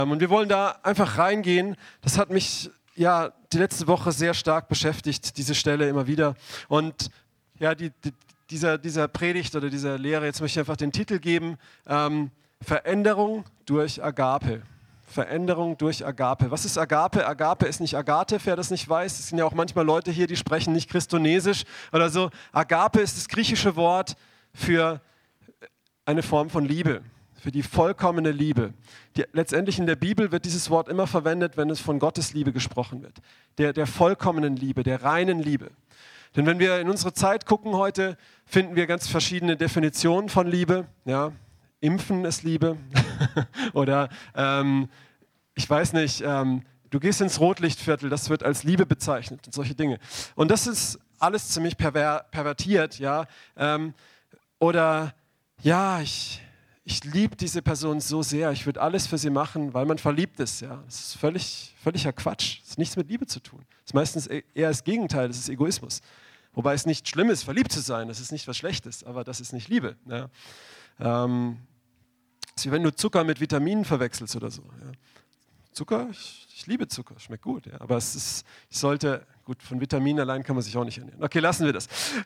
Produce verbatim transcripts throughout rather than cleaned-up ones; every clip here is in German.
Und wir wollen da einfach reingehen. Das hat mich ja die letzte Woche sehr stark beschäftigt, diese Stelle immer wieder. Und ja, die, die, dieser, dieser Predigt oder dieser Lehre, jetzt möchte ich einfach den Titel geben, ähm, Veränderung durch Agape. Veränderung durch Agape. Was ist Agape? Agape ist nicht Agathe, wer das nicht weiß. Es sind ja auch manchmal Leute hier, die sprechen nicht Christonesisch oder so. Agape ist das griechische Wort für eine Form von Liebe, für die vollkommene Liebe. Die, letztendlich in der Bibel wird dieses Wort immer verwendet, wenn es von Gottes Liebe gesprochen wird. Der, der vollkommenen Liebe, der reinen Liebe. Denn wenn wir in unsere Zeit gucken heute, finden wir ganz verschiedene Definitionen von Liebe. Ja, Impfen ist Liebe oder ähm, ich weiß nicht, ähm, du gehst ins Rotlichtviertel, das wird als Liebe bezeichnet und solche Dinge. Und das ist alles ziemlich perver- pervertiert. Ja? Ähm, oder ja, ich, ich liebe diese Person so sehr, ich würde alles für sie machen, weil man verliebt ist. Ja? Das ist völlig, völliger Quatsch, das hat nichts mit Liebe zu tun. Das ist meistens eher das Gegenteil, das ist Egoismus. Wobei es nicht schlimm ist, verliebt zu sein, das ist nicht was Schlechtes, aber das ist nicht Liebe. Ja? Ähm, das ist wie wenn du Zucker mit Vitaminen verwechselst oder so. Ja. Zucker, ich, ich liebe Zucker, schmeckt gut, ja. Aber es ist, ich sollte, gut, von Vitaminen allein kann man sich auch nicht ernähren. Okay, lassen wir das.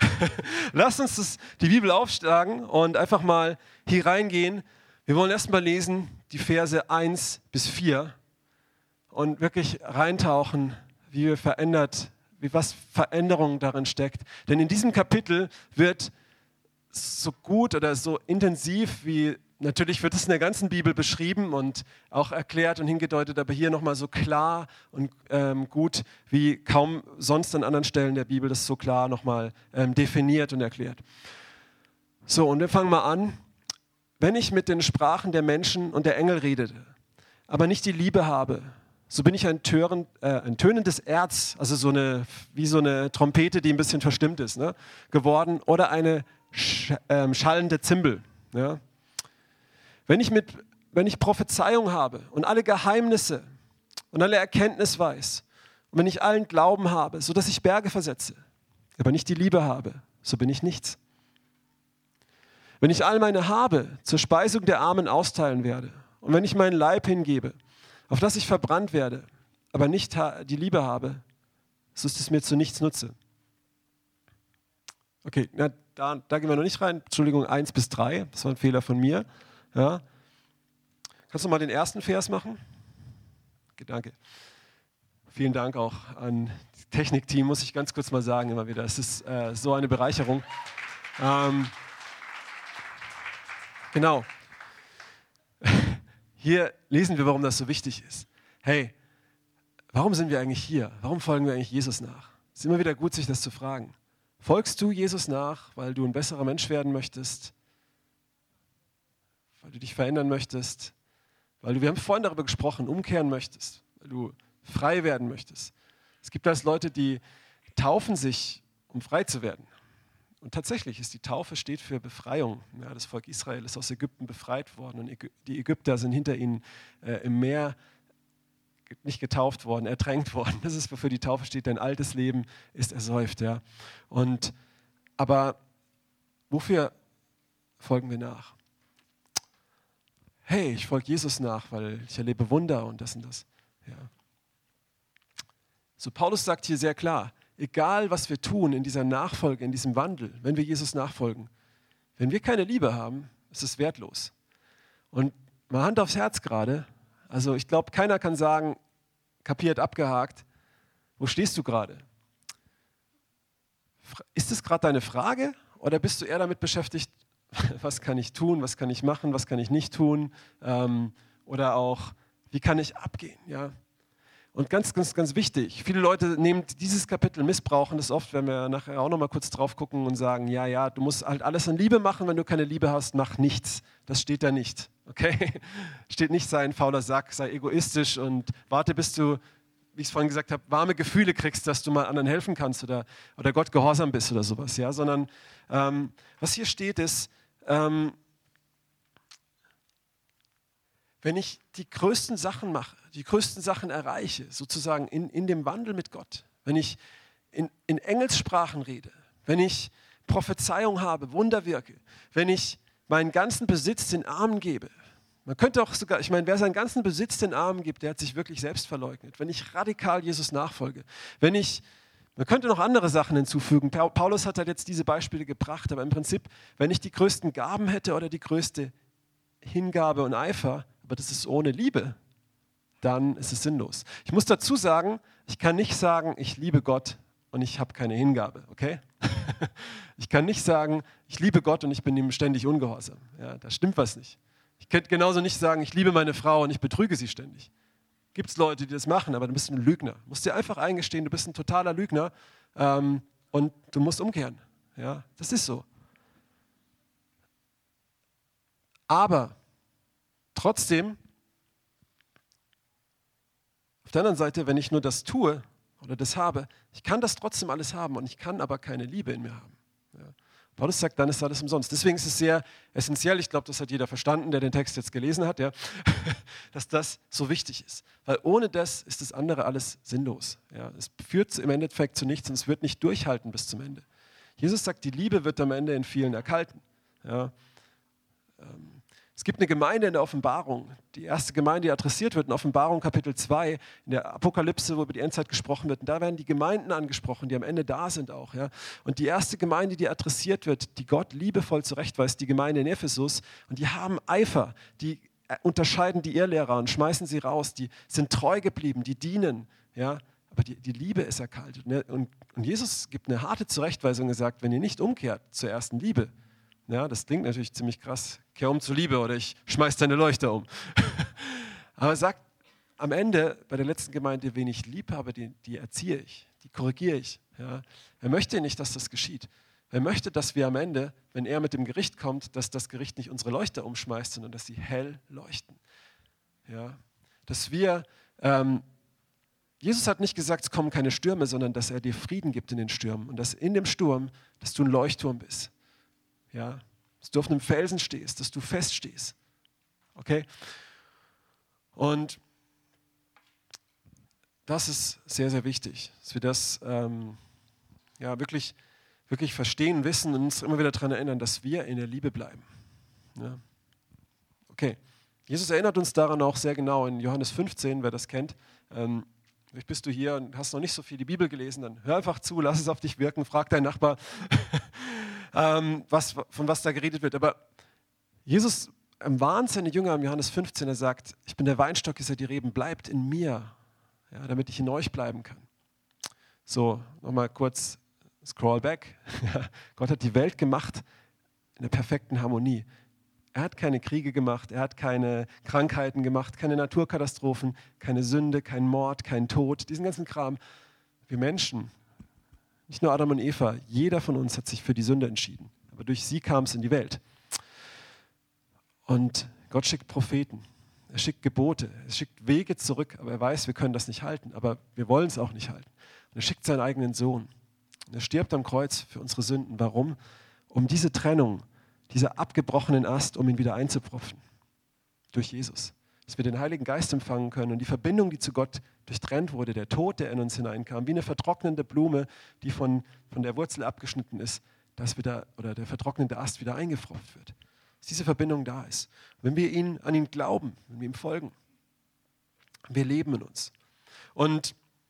Lass uns das, die Bibel aufschlagen und einfach mal hier reingehen. Wir wollen erstmal lesen die Verse eins bis vier und wirklich reintauchen, wie wir verändert, wie was Veränderung darin steckt. Denn in diesem Kapitel wird so gut oder so intensiv wie, natürlich wird es in der ganzen Bibel beschrieben und auch erklärt und hingedeutet, aber hier nochmal so klar und ähm, gut wie kaum sonst an anderen Stellen der Bibel das so klar nochmal ähm, definiert und erklärt. So, und wir fangen mal an. Wenn ich mit den Sprachen der Menschen und der Engel redete, aber nicht die Liebe habe, so bin ich ein, Tören, äh, ein tönendes Erz, also so eine, wie so eine Trompete, die ein bisschen verstimmt ist, ne, geworden, oder eine sch, ähm, schallende Zimbel. Ja. Wenn ich, mit, wenn ich Prophezeiung habe und alle Geheimnisse und alle Erkenntnis weiß und wenn ich allen Glauben habe, sodass ich Berge versetze, aber nicht die Liebe habe, so bin ich nichts. Wenn ich all meine Habe zur Speisung der Armen austeilen werde und wenn ich meinen Leib hingebe, auf das ich verbrannt werde, aber nicht die Liebe habe, so ist es mir zu nichts nutze. Okay, na, da, da gehen wir noch nicht rein. Entschuldigung, eins bis drei, das war ein Fehler von mir. Ja. Kannst du mal den ersten Vers machen? Okay, danke. Vielen Dank auch an das Technikteam, muss ich ganz kurz mal sagen immer wieder. Es ist äh, so eine Bereicherung. Ähm, genau. Hier lesen wir, warum das so wichtig ist. Hey, warum sind wir eigentlich hier? Warum folgen wir eigentlich Jesus nach? Es ist immer wieder gut, sich das zu fragen. Folgst du Jesus nach, weil du ein besserer Mensch werden möchtest? Weil du dich verändern möchtest? Weil du, wir haben vorhin darüber gesprochen, umkehren möchtest? Weil du frei werden möchtest? Es gibt als Leute, die taufen sich, um frei zu werden. Und tatsächlich ist die Taufe steht für Befreiung. Ja, das Volk Israel ist aus Ägypten befreit worden und die Ägypter sind hinter ihnen äh, im Meer nicht getauft worden, ertränkt worden. Das ist, wofür die Taufe steht. Dein altes Leben ist ersäuft. Ja. Und, aber wofür folgen wir nach? Hey, ich folge Jesus nach, weil ich erlebe Wunder und das und das. Ja. So, Paulus sagt hier sehr klar, egal was wir tun in dieser Nachfolge, in diesem Wandel, wenn wir Jesus nachfolgen, wenn wir keine Liebe haben, ist es wertlos. Und mal Hand aufs Herz gerade, also ich glaube, keiner kann sagen, kapiert, abgehakt, wo stehst du gerade? Ist es gerade deine Frage oder bist du eher damit beschäftigt, was kann ich tun, was kann ich machen, was kann ich nicht tun ähm, oder auch, wie kann ich abgehen, ja? Und ganz, ganz, ganz wichtig, viele Leute nehmen dieses Kapitel, missbrauchen das oft, wenn wir nachher auch nochmal kurz drauf gucken und sagen, ja, ja, du musst halt alles in Liebe machen, wenn du keine Liebe hast, mach nichts. Das steht da nicht, okay? Steht nicht, sei ein fauler Sack, sei egoistisch und warte, bis du, wie ich es vorhin gesagt habe, warme Gefühle kriegst, dass du mal anderen helfen kannst oder, oder Gott gehorsam bist oder sowas, ja? Sondern ähm, was hier steht ist, ähm, wenn ich die größten Sachen mache, die größten Sachen erreiche, sozusagen in, in dem Wandel mit Gott, wenn ich in, in Engelssprachen rede, wenn ich Prophezeiung habe, Wunder wirke, wenn ich meinen ganzen Besitz den Armen gebe, Man könnte auch sogar, ich meine, wer seinen ganzen Besitz den Armen gibt, der hat sich wirklich selbst verleugnet. Wenn ich radikal Jesus nachfolge, wenn ich, man könnte noch andere Sachen hinzufügen. Paulus hat halt jetzt diese Beispiele gebracht, aber im Prinzip, wenn ich die größten Gaben hätte oder die größte Hingabe und Eifer, aber das ist ohne Liebe, dann ist es sinnlos. Ich muss dazu sagen, ich kann nicht sagen, ich liebe Gott und ich habe keine Hingabe, okay? Ich kann nicht sagen, ich liebe Gott und ich bin ihm ständig ungehorsam. Ja, da stimmt was nicht. Ich könnte genauso nicht sagen, ich liebe meine Frau und ich betrüge sie ständig. Gibt es Leute, die das machen, aber du bist ein Lügner. Du musst dir einfach eingestehen, du bist ein totaler Lügner ähm, und du musst umkehren. Ja, das ist so. Aber trotzdem, auf der anderen Seite, wenn ich nur das tue oder das habe, ich kann das trotzdem alles haben und ich kann aber keine Liebe in mir haben. Ja. Paulus sagt, dann ist alles umsonst. Deswegen ist es sehr essentiell, ich glaube, das hat jeder verstanden, der den Text jetzt gelesen hat, ja, dass das so wichtig ist. Weil ohne das ist das andere alles sinnlos. Ja. Es führt im Endeffekt zu nichts und es wird nicht durchhalten bis zum Ende. Jesus sagt, die Liebe wird am Ende in vielen erkalten. Ja. Ähm, Es gibt eine Gemeinde in der Offenbarung, die erste Gemeinde, die adressiert wird in Offenbarung Kapitel zwei, in der Apokalypse, wo über die Endzeit gesprochen wird. Und da werden die Gemeinden angesprochen, die am Ende da sind auch. Ja. Und die erste Gemeinde, die adressiert wird, die Gott liebevoll zurechtweist, die Gemeinde in Ephesus. Und die haben Eifer, die unterscheiden die Irrlehrer und schmeißen sie raus. Die sind treu geblieben, die dienen. Ja. Aber die, die Liebe ist erkaltet. Und, und Jesus gibt eine harte Zurechtweisung und sagt, wenn ihr nicht umkehrt zur ersten Liebe, ja, das klingt natürlich ziemlich krass. Kehr um zur Liebe oder ich schmeiß deine Leuchter um. Aber er sagt am Ende bei der letzten Gemeinde, wen ich lieb habe, die, die erziehe ich, die korrigiere ich. Ja. Er möchte nicht, dass das geschieht. Er möchte, dass wir am Ende, wenn er mit dem Gericht kommt, dass das Gericht nicht unsere Leuchter umschmeißt, sondern dass sie hell leuchten. Ja. Dass wir, ähm, Jesus hat nicht gesagt, es kommen keine Stürme, sondern dass er dir Frieden gibt in den Stürmen und dass in dem Sturm, dass du ein Leuchtturm bist. Ja, dass du auf einem Felsen stehst, dass du feststehst. Okay? Und das ist sehr, sehr wichtig, dass wir das ähm, ja, wirklich, wirklich verstehen, wissen und uns immer wieder daran erinnern, dass wir in der Liebe bleiben. Ja. Okay, Jesus erinnert uns daran auch sehr genau in Johannes fünfzehn, wer das kennt. Ähm, vielleicht bist du hier und hast noch nicht so viel die Bibel gelesen, dann hör einfach zu, lass es auf dich wirken, frag deinen Nachbar. Ähm, was, von was da geredet wird. Aber Jesus warnt seine Jünger im Johannes fünfzehn, er sagt, ich bin der Weinstock, ihr seid die Reben, bleibt in mir, ja, damit ich in euch bleiben kann. So, nochmal kurz scroll back. Gott hat die Welt gemacht in der perfekten Harmonie. Er hat keine Kriege gemacht, er hat keine Krankheiten gemacht, keine Naturkatastrophen, keine Sünde, kein Mord, kein Tod, diesen ganzen Kram. Wir Menschen, nicht nur Adam und Eva, jeder von uns hat sich für die Sünde entschieden. Aber durch sie kam es in die Welt. Und Gott schickt Propheten, er schickt Gebote, er schickt Wege zurück, aber er weiß, wir können das nicht halten, aber wir wollen es auch nicht halten. Und er schickt seinen eigenen Sohn. Und er stirbt am Kreuz für unsere Sünden. Warum? Um diese Trennung, dieser abgebrochenen Ast, um ihn wieder einzupropfen. Durch Jesus. Dass wir den Heiligen Geist empfangen können und die Verbindung, die zu Gott durchtrennt wurde, der Tod, der in uns hineinkam, wie eine vertrocknende Blume, die von, von der Wurzel abgeschnitten ist, dass wieder, oder der vertrocknende Ast wieder eingefropft wird. Dass diese Verbindung da ist. Und wenn wir ihn, an ihn glauben, wenn wir ihm folgen, wir leben in uns. Und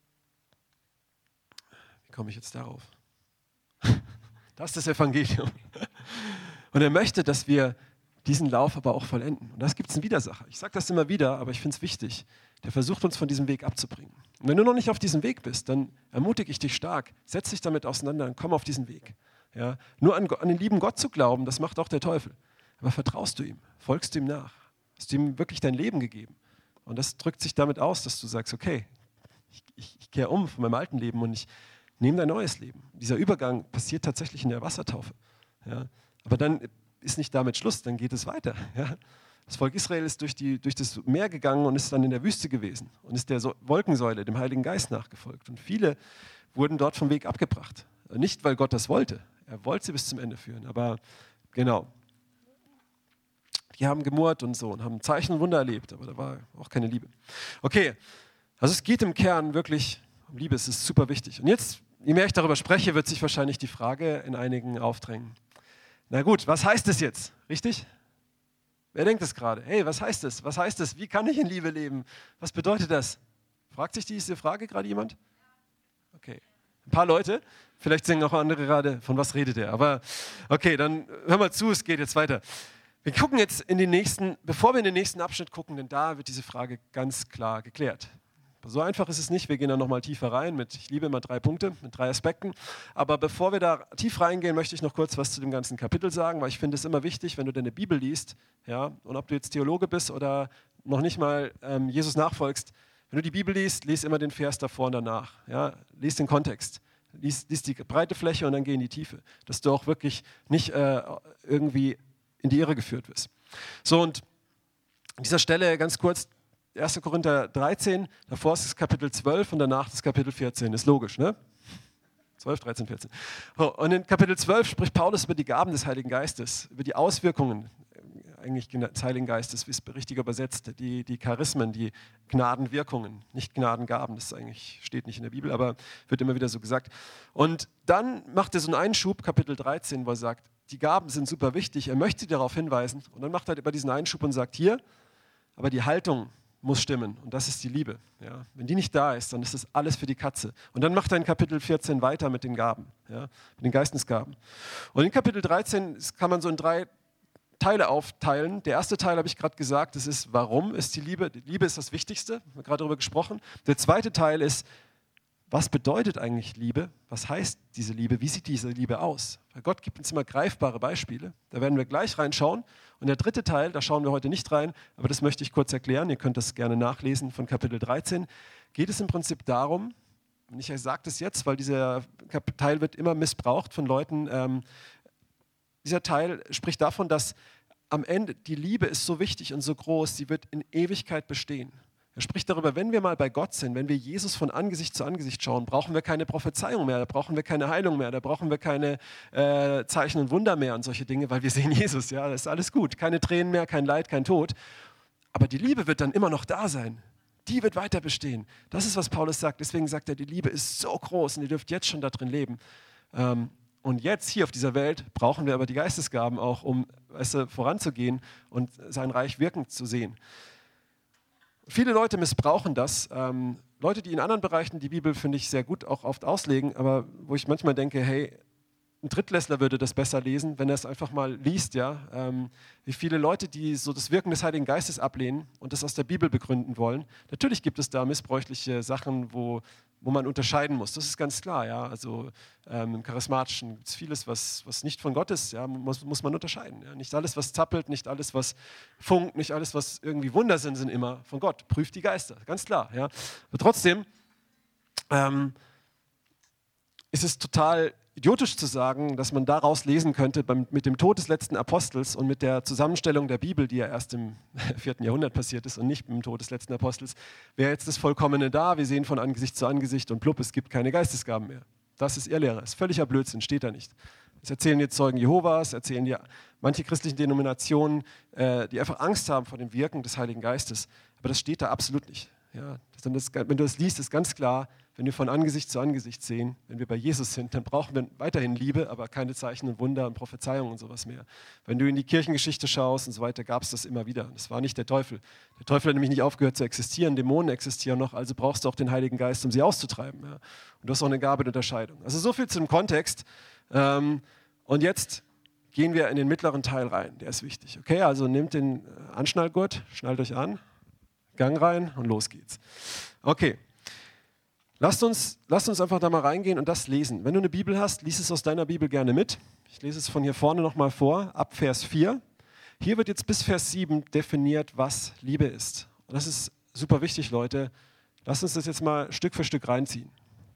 wie komme ich jetzt darauf? Das ist das Evangelium. Und er möchte, dass wir diesen Lauf aber auch vollenden. Und das gibt es einen Widersacher. Ich sage das immer wieder, aber ich finde es wichtig. Der versucht uns von diesem Weg abzubringen. Und wenn du noch nicht auf diesem Weg bist, dann ermutige ich dich stark. Setz dich damit auseinander und komm auf diesen Weg. Ja? Nur an, an den lieben Gott zu glauben, das macht auch der Teufel. Aber vertraust du ihm? Folgst du ihm nach? Hast du ihm wirklich dein Leben gegeben? Und das drückt sich damit aus, dass du sagst, okay, ich, ich, ich kehre um von meinem alten Leben und ich nehme dein neues Leben. Dieser Übergang passiert tatsächlich in der Wassertaufe. Ja? Aber dann ist nicht damit Schluss, dann geht es weiter. Ja? Das Volk Israel ist durch, die, durch das Meer gegangen und ist dann in der Wüste gewesen und ist der so- Wolkensäule, dem Heiligen Geist nachgefolgt. Und viele wurden dort vom Weg abgebracht. Nicht, weil Gott das wollte. Er wollte sie bis zum Ende führen, aber genau. Die haben gemurrt und so und haben Zeichen und Wunder erlebt, aber da war auch keine Liebe. Okay, also es geht im Kern wirklich um Liebe, es ist super wichtig. Und jetzt, je mehr ich darüber spreche, wird sich wahrscheinlich die Frage in einigen aufdrängen. Na gut, was heißt es jetzt? Richtig? Wer denkt das gerade? Hey, was heißt das? Was heißt das? Wie kann ich in Liebe leben? Was bedeutet das? Fragt sich diese Frage gerade jemand? Okay. Ein paar Leute. Vielleicht singen auch andere gerade, von was redet er? Aber okay, dann hör mal zu, es geht jetzt weiter. Wir gucken jetzt in den nächsten, bevor wir in den nächsten Abschnitt gucken, denn da wird diese Frage ganz klar geklärt. So einfach ist es nicht, wir gehen da nochmal tiefer rein mit, ich liebe immer drei Punkte, mit drei Aspekten. Aber bevor wir da tief reingehen, möchte ich noch kurz was zu dem ganzen Kapitel sagen, weil ich finde es immer wichtig, wenn du deine Bibel liest, ja, und ob du jetzt Theologe bist oder noch nicht mal ähm, Jesus nachfolgst, wenn du die Bibel liest, lies immer den Vers davor und danach. Ja, lies den Kontext. Lies, lies die breite Fläche und dann geh in die Tiefe, dass du auch wirklich nicht äh, irgendwie in die Irre geführt wirst. So, und an dieser Stelle ganz kurz, erster Korinther dreizehn, davor ist das Kapitel zwölf und danach das Kapitel vierzehn. Ist logisch, ne? zwölf, dreizehn, vierzehn. Und in Kapitel zwölf spricht Paulus über die Gaben des Heiligen Geistes, über die Auswirkungen eigentlich des Heiligen Geistes, wie es richtig übersetzt, die, die Charismen, die Gnadenwirkungen, nicht Gnadengaben, das eigentlich steht nicht in der Bibel, aber wird immer wieder so gesagt. Und dann macht er so einen Einschub, Kapitel dreizehn, wo er sagt, die Gaben sind super wichtig, er möchte darauf hinweisen und dann macht er über diesen Einschub und sagt, hier, aber die Haltung muss stimmen und das ist die Liebe. Ja. Wenn die nicht da ist, dann ist das alles für die Katze. Und dann macht er in Kapitel vierzehn weiter mit den Gaben, ja, mit den Geistesgaben. Und in Kapitel dreizehn kann man so in drei Teile aufteilen. Der erste Teil habe ich gerade gesagt, das ist, warum ist die Liebe? Die Liebe ist das Wichtigste, wir haben gerade darüber gesprochen. Der zweite Teil ist, was bedeutet eigentlich Liebe? Was heißt diese Liebe? Wie sieht diese Liebe aus? Weil Gott gibt uns immer greifbare Beispiele, da werden wir gleich reinschauen. Und der dritte Teil, da schauen wir heute nicht rein, aber das möchte ich kurz erklären, ihr könnt das gerne nachlesen von Kapitel dreizehn, geht es im Prinzip darum, und ich sage das jetzt, weil dieser Teil wird immer missbraucht von Leuten, ähm, dieser Teil spricht davon, dass am Ende die Liebe ist so wichtig und so groß, sie wird in Ewigkeit bestehen. Er spricht darüber, wenn wir mal bei Gott sind, wenn wir Jesus von Angesicht zu Angesicht schauen, brauchen wir keine Prophezeiung mehr, da brauchen wir keine Heilung mehr, da brauchen wir keine äh, Zeichen und Wunder mehr und solche Dinge, weil wir sehen Jesus, ja, das ist alles gut. Keine Tränen mehr, kein Leid, kein Tod. Aber die Liebe wird dann immer noch da sein. Die wird weiter bestehen. Das ist, was Paulus sagt. Deswegen sagt er, die Liebe ist so groß und ihr dürft jetzt schon da drin leben. Ähm, Und jetzt hier auf dieser Welt brauchen wir aber die Geistesgaben auch, um weißt du, voranzugehen und sein Reich wirken zu sehen. Viele Leute missbrauchen das. Ähm, Leute, die in anderen Bereichen die Bibel, finde ich, sehr gut auch oft auslegen, aber wo ich manchmal denke, hey, ein Drittklässler würde das besser lesen, wenn er es einfach mal liest. Ja? Ähm, wie viele Leute, die so das Wirken des Heiligen Geistes ablehnen und das aus der Bibel begründen wollen. Natürlich gibt es da missbräuchliche Sachen, wo wo man unterscheiden muss. Das ist ganz klar. Ja? Also ähm, im Charismatischen gibt es vieles, was, was nicht von Gott ist, ja? muss, muss man unterscheiden. Ja? Nicht alles, was zappelt, nicht alles, was funkt, nicht alles, was irgendwie Wunder sind, sind immer von Gott. Prüft die Geister, ganz klar. Ja? Aber trotzdem ähm, ist es total idiotisch zu sagen, dass man daraus lesen könnte, beim, mit dem Tod des letzten Apostels und mit der Zusammenstellung der Bibel, die ja erst im vierten Jahrhundert passiert ist und nicht mit dem Tod des letzten Apostels, wäre jetzt das Vollkommene da, wir sehen von Angesicht zu Angesicht und plupp, es gibt keine Geistesgaben mehr. Das ist Irrlehre, das ist völliger Blödsinn, steht da nicht. Das erzählen jetzt Zeugen Jehovas, erzählen die manche christlichen Denominationen, äh, die einfach Angst haben vor dem Wirken des Heiligen Geistes, aber das steht da absolut nicht. Ja, das, das, wenn du das liest, ist ganz klar, wenn wir von Angesicht zu Angesicht sehen, wenn wir bei Jesus sind, dann brauchen wir weiterhin Liebe, aber keine Zeichen und Wunder und Prophezeiungen und sowas mehr. Wenn du in die Kirchengeschichte schaust und so weiter, gab es das immer wieder. Das war nicht der Teufel. Der Teufel hat nämlich nicht aufgehört zu existieren, Dämonen existieren noch, also brauchst du auch den Heiligen Geist, um sie auszutreiben. Ja. Und du hast auch eine Gabe der Unterscheidung. Also so viel zum Kontext. Ähm, und jetzt gehen wir in den mittleren Teil rein, der ist wichtig. Okay, also nehmt den Anschnallgurt, schnallt euch an, Gang rein und los geht's. Okay. Lasst uns, lasst uns einfach da mal reingehen und das lesen. Wenn du eine Bibel hast, lies es aus deiner Bibel gerne mit. Ich lese es von hier vorne nochmal vor, ab Vers vier. Hier wird jetzt bis Vers sieben definiert, was Liebe ist. Und das ist super wichtig, Leute. Lasst uns das jetzt mal Stück für Stück reinziehen.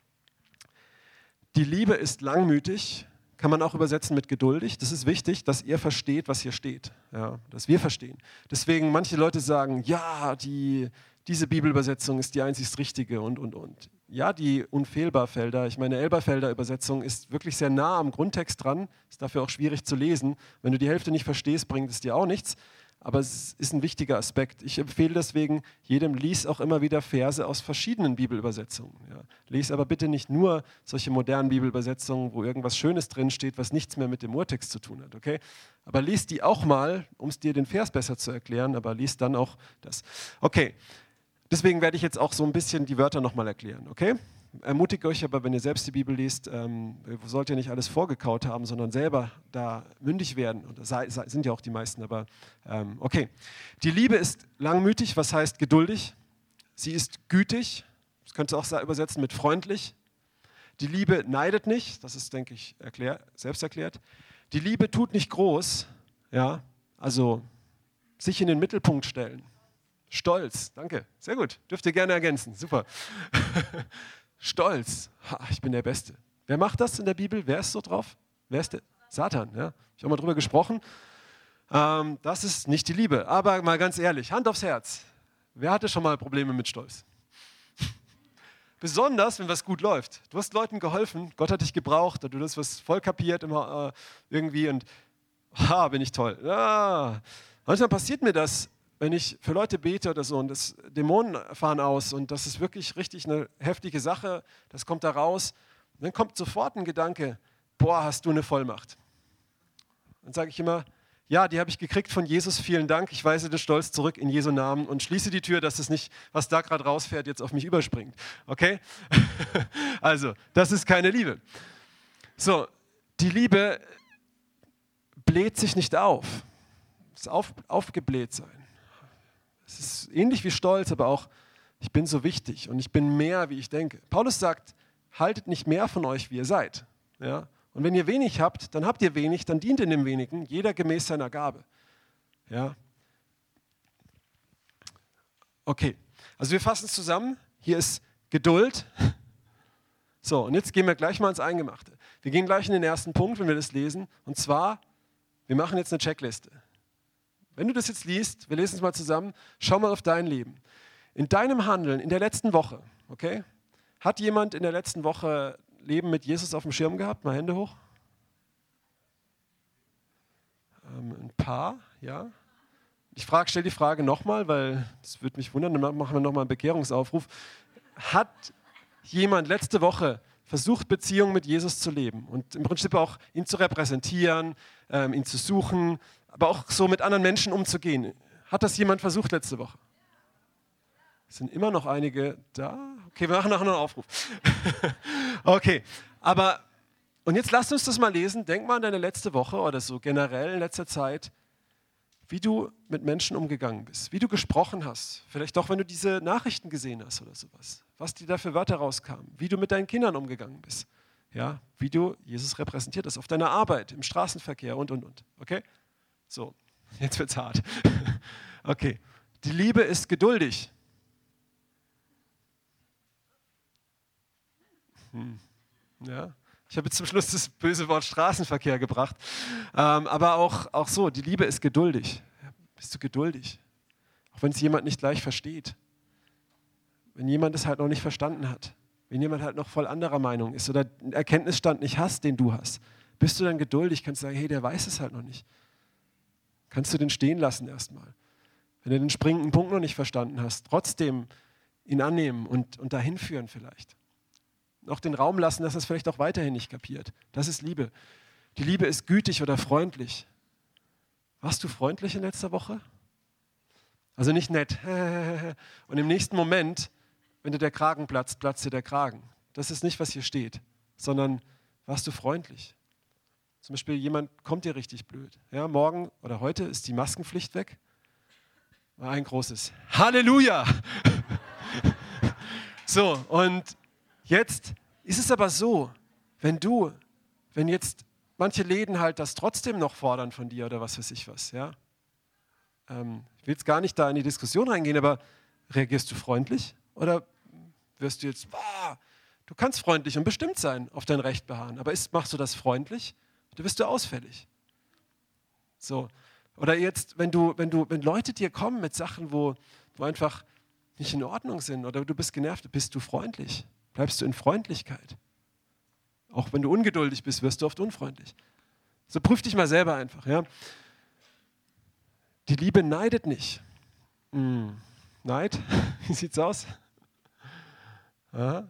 Die Liebe ist langmütig, kann man auch übersetzen mit geduldig. Das ist wichtig, dass ihr versteht, was hier steht. Ja, dass wir verstehen. Deswegen manche Leute sagen, ja, die, diese Bibelübersetzung ist die einzig richtige und, und, und. Ja, die Unfehlbarfelder, ich meine, Elberfelder Übersetzung ist wirklich sehr nah am Grundtext dran, ist dafür auch schwierig zu lesen. Wenn du die Hälfte nicht verstehst, bringt es dir auch nichts. aber es ist ein wichtiger Aspekt. Ich empfehle deswegen jedem, lies auch immer wieder Verse aus verschiedenen Bibelübersetzungen. Ja. Lies aber bitte nicht nur solche modernen Bibelübersetzungen, wo irgendwas Schönes drinsteht, was nichts mehr mit dem Urtext zu tun hat. Okay? Aber lies die auch mal, um es dir den Vers besser zu erklären, aber lies dann auch das. Okay, deswegen werde ich jetzt auch so ein bisschen die Wörter nochmal erklären. Okay? Ermutige euch aber, wenn ihr selbst die Bibel liest, ähm, sollt ihr nicht alles vorgekaut haben, sondern selber da mündig werden. Und das sind ja auch die meisten, aber ähm, okay. Die Liebe ist langmütig, was heißt geduldig. Sie ist gütig, das könnt ihr auch übersetzen mit freundlich. Die Liebe neidet nicht, das ist, denke ich, erklär, selbst erklärt. Die Liebe tut nicht groß, ja, also sich in den Mittelpunkt stellen. Stolz, danke, sehr gut, dürft ihr gerne ergänzen, super. Stolz, ha, ich bin der Beste. Wer macht das in der Bibel? Wer ist so drauf? Wer ist der? Satan, ja. Ich habe mal drüber gesprochen. Ähm, das ist nicht die Liebe. Aber mal ganz ehrlich, Hand aufs Herz. Wer hatte schon mal Probleme mit Stolz? Besonders, wenn was gut läuft. Du hast Leuten geholfen, Gott hat dich gebraucht, du hast was voll kapiert immer, äh, irgendwie und ha, bin ich toll. Ja. Manchmal passiert mir das, wenn ich für Leute bete oder so und das Dämonen fahren aus und das ist wirklich richtig eine heftige Sache, das kommt da raus, dann kommt sofort ein Gedanke, boah, hast du eine Vollmacht. Dann sage ich immer, ja, die habe ich gekriegt von Jesus, vielen Dank, ich weise den Stolz zurück in Jesu Namen und schließe die Tür, dass es nicht, was da gerade rausfährt, jetzt auf mich überspringt. Okay? Also, das ist keine Liebe. So, die Liebe bläht sich nicht auf. Es ist auf, aufgebläht sein. Es ist ähnlich wie Stolz, aber auch, ich bin so wichtig und ich bin mehr, wie ich denke. Paulus sagt, haltet nicht mehr von euch, wie ihr seid. Ja? Und wenn ihr wenig habt, dann habt ihr wenig, dann dient in dem Wenigen, jeder gemäß seiner Gabe. Ja? Okay, also wir fassen es zusammen. Hier ist Geduld. So, und jetzt gehen wir gleich mal ins Eingemachte. Wir gehen gleich in den ersten Punkt, wenn wir das lesen. Und zwar, wir machen jetzt eine Checkliste. Wenn du das jetzt liest, wir lesen es mal zusammen, schau mal auf dein Leben. In deinem Handeln, in der letzten Woche, okay? Hat jemand in der letzten Woche Leben mit Jesus auf dem Schirm gehabt? Mal Hände hoch. Ähm, ein paar, ja. Ich frage, stell die Frage nochmal, weil das würde mich wundern, dann machen wir nochmal einen Bekehrungsaufruf. Hat jemand letzte Woche versucht, Beziehungen mit Jesus zu leben und im Prinzip auch ihn zu repräsentieren, ähm, ihn zu suchen, aber auch so mit anderen Menschen umzugehen? Hat das jemand versucht letzte Woche? Es sind immer noch einige da. Okay, wir machen nachher noch einen Aufruf. Okay, aber und jetzt lasst uns das mal lesen. Denk mal an deine letzte Woche oder so generell in letzter Zeit, wie du mit Menschen umgegangen bist, wie du gesprochen hast. Vielleicht auch, wenn du diese Nachrichten gesehen hast oder sowas. Was dir da für Wörter rauskamen. Wie du mit deinen Kindern umgegangen bist. Ja, wie du Jesus repräsentiert hast auf deiner Arbeit, im Straßenverkehr und, und, und. Okay? So, jetzt wird's hart. Okay, die Liebe ist geduldig. Hm. Ja, ich habe jetzt zum Schluss das böse Wort Straßenverkehr gebracht. Ähm, aber auch, auch so, die Liebe ist geduldig. Ja, bist du geduldig? Auch wenn es jemand nicht gleich versteht. Wenn jemand es halt noch nicht verstanden hat. Wenn jemand halt noch voll anderer Meinung ist oder einen Erkenntnisstand nicht hast, den du hast. Bist du dann geduldig? Kannst du sagen, hey, der weiß es halt noch nicht. Kannst du den stehen lassen erstmal. Wenn du den springenden Punkt noch nicht verstanden hast, trotzdem ihn annehmen und, und dahin führen vielleicht. Auch den Raum lassen, dass er es vielleicht auch weiterhin nicht kapiert. Das ist Liebe. Die Liebe ist gütig oder freundlich. Warst du freundlich in letzter Woche? Also nicht nett. Und im nächsten Moment, wenn dir der Kragen platzt, platzt dir der Kragen. Das ist nicht, was hier steht, sondern warst du freundlich? Zum Beispiel jemand kommt dir richtig blöd. Ja, morgen oder heute ist die Maskenpflicht weg. War ein großes Halleluja! So, und jetzt ist es aber so, wenn du, wenn jetzt manche Läden halt das trotzdem noch fordern von dir oder was weiß ich was, ja. Ähm, ich will jetzt gar nicht da in die Diskussion reingehen, aber reagierst du freundlich oder wirst du jetzt, boah, du kannst freundlich und bestimmt sein, auf dein Recht beharren, aber ist, machst du das freundlich? Da bist du ausfällig. So. Oder jetzt, wenn du, wenn du, wenn Leute dir kommen mit Sachen, wo du einfach nicht in Ordnung sind oder du bist genervt, bist du freundlich? Bleibst du in Freundlichkeit? Auch wenn du ungeduldig bist, wirst du oft unfreundlich. So prüf dich mal selber einfach. Ja? Die Liebe neidet nicht. Hm. Neid? Wie sieht's aus? Aha.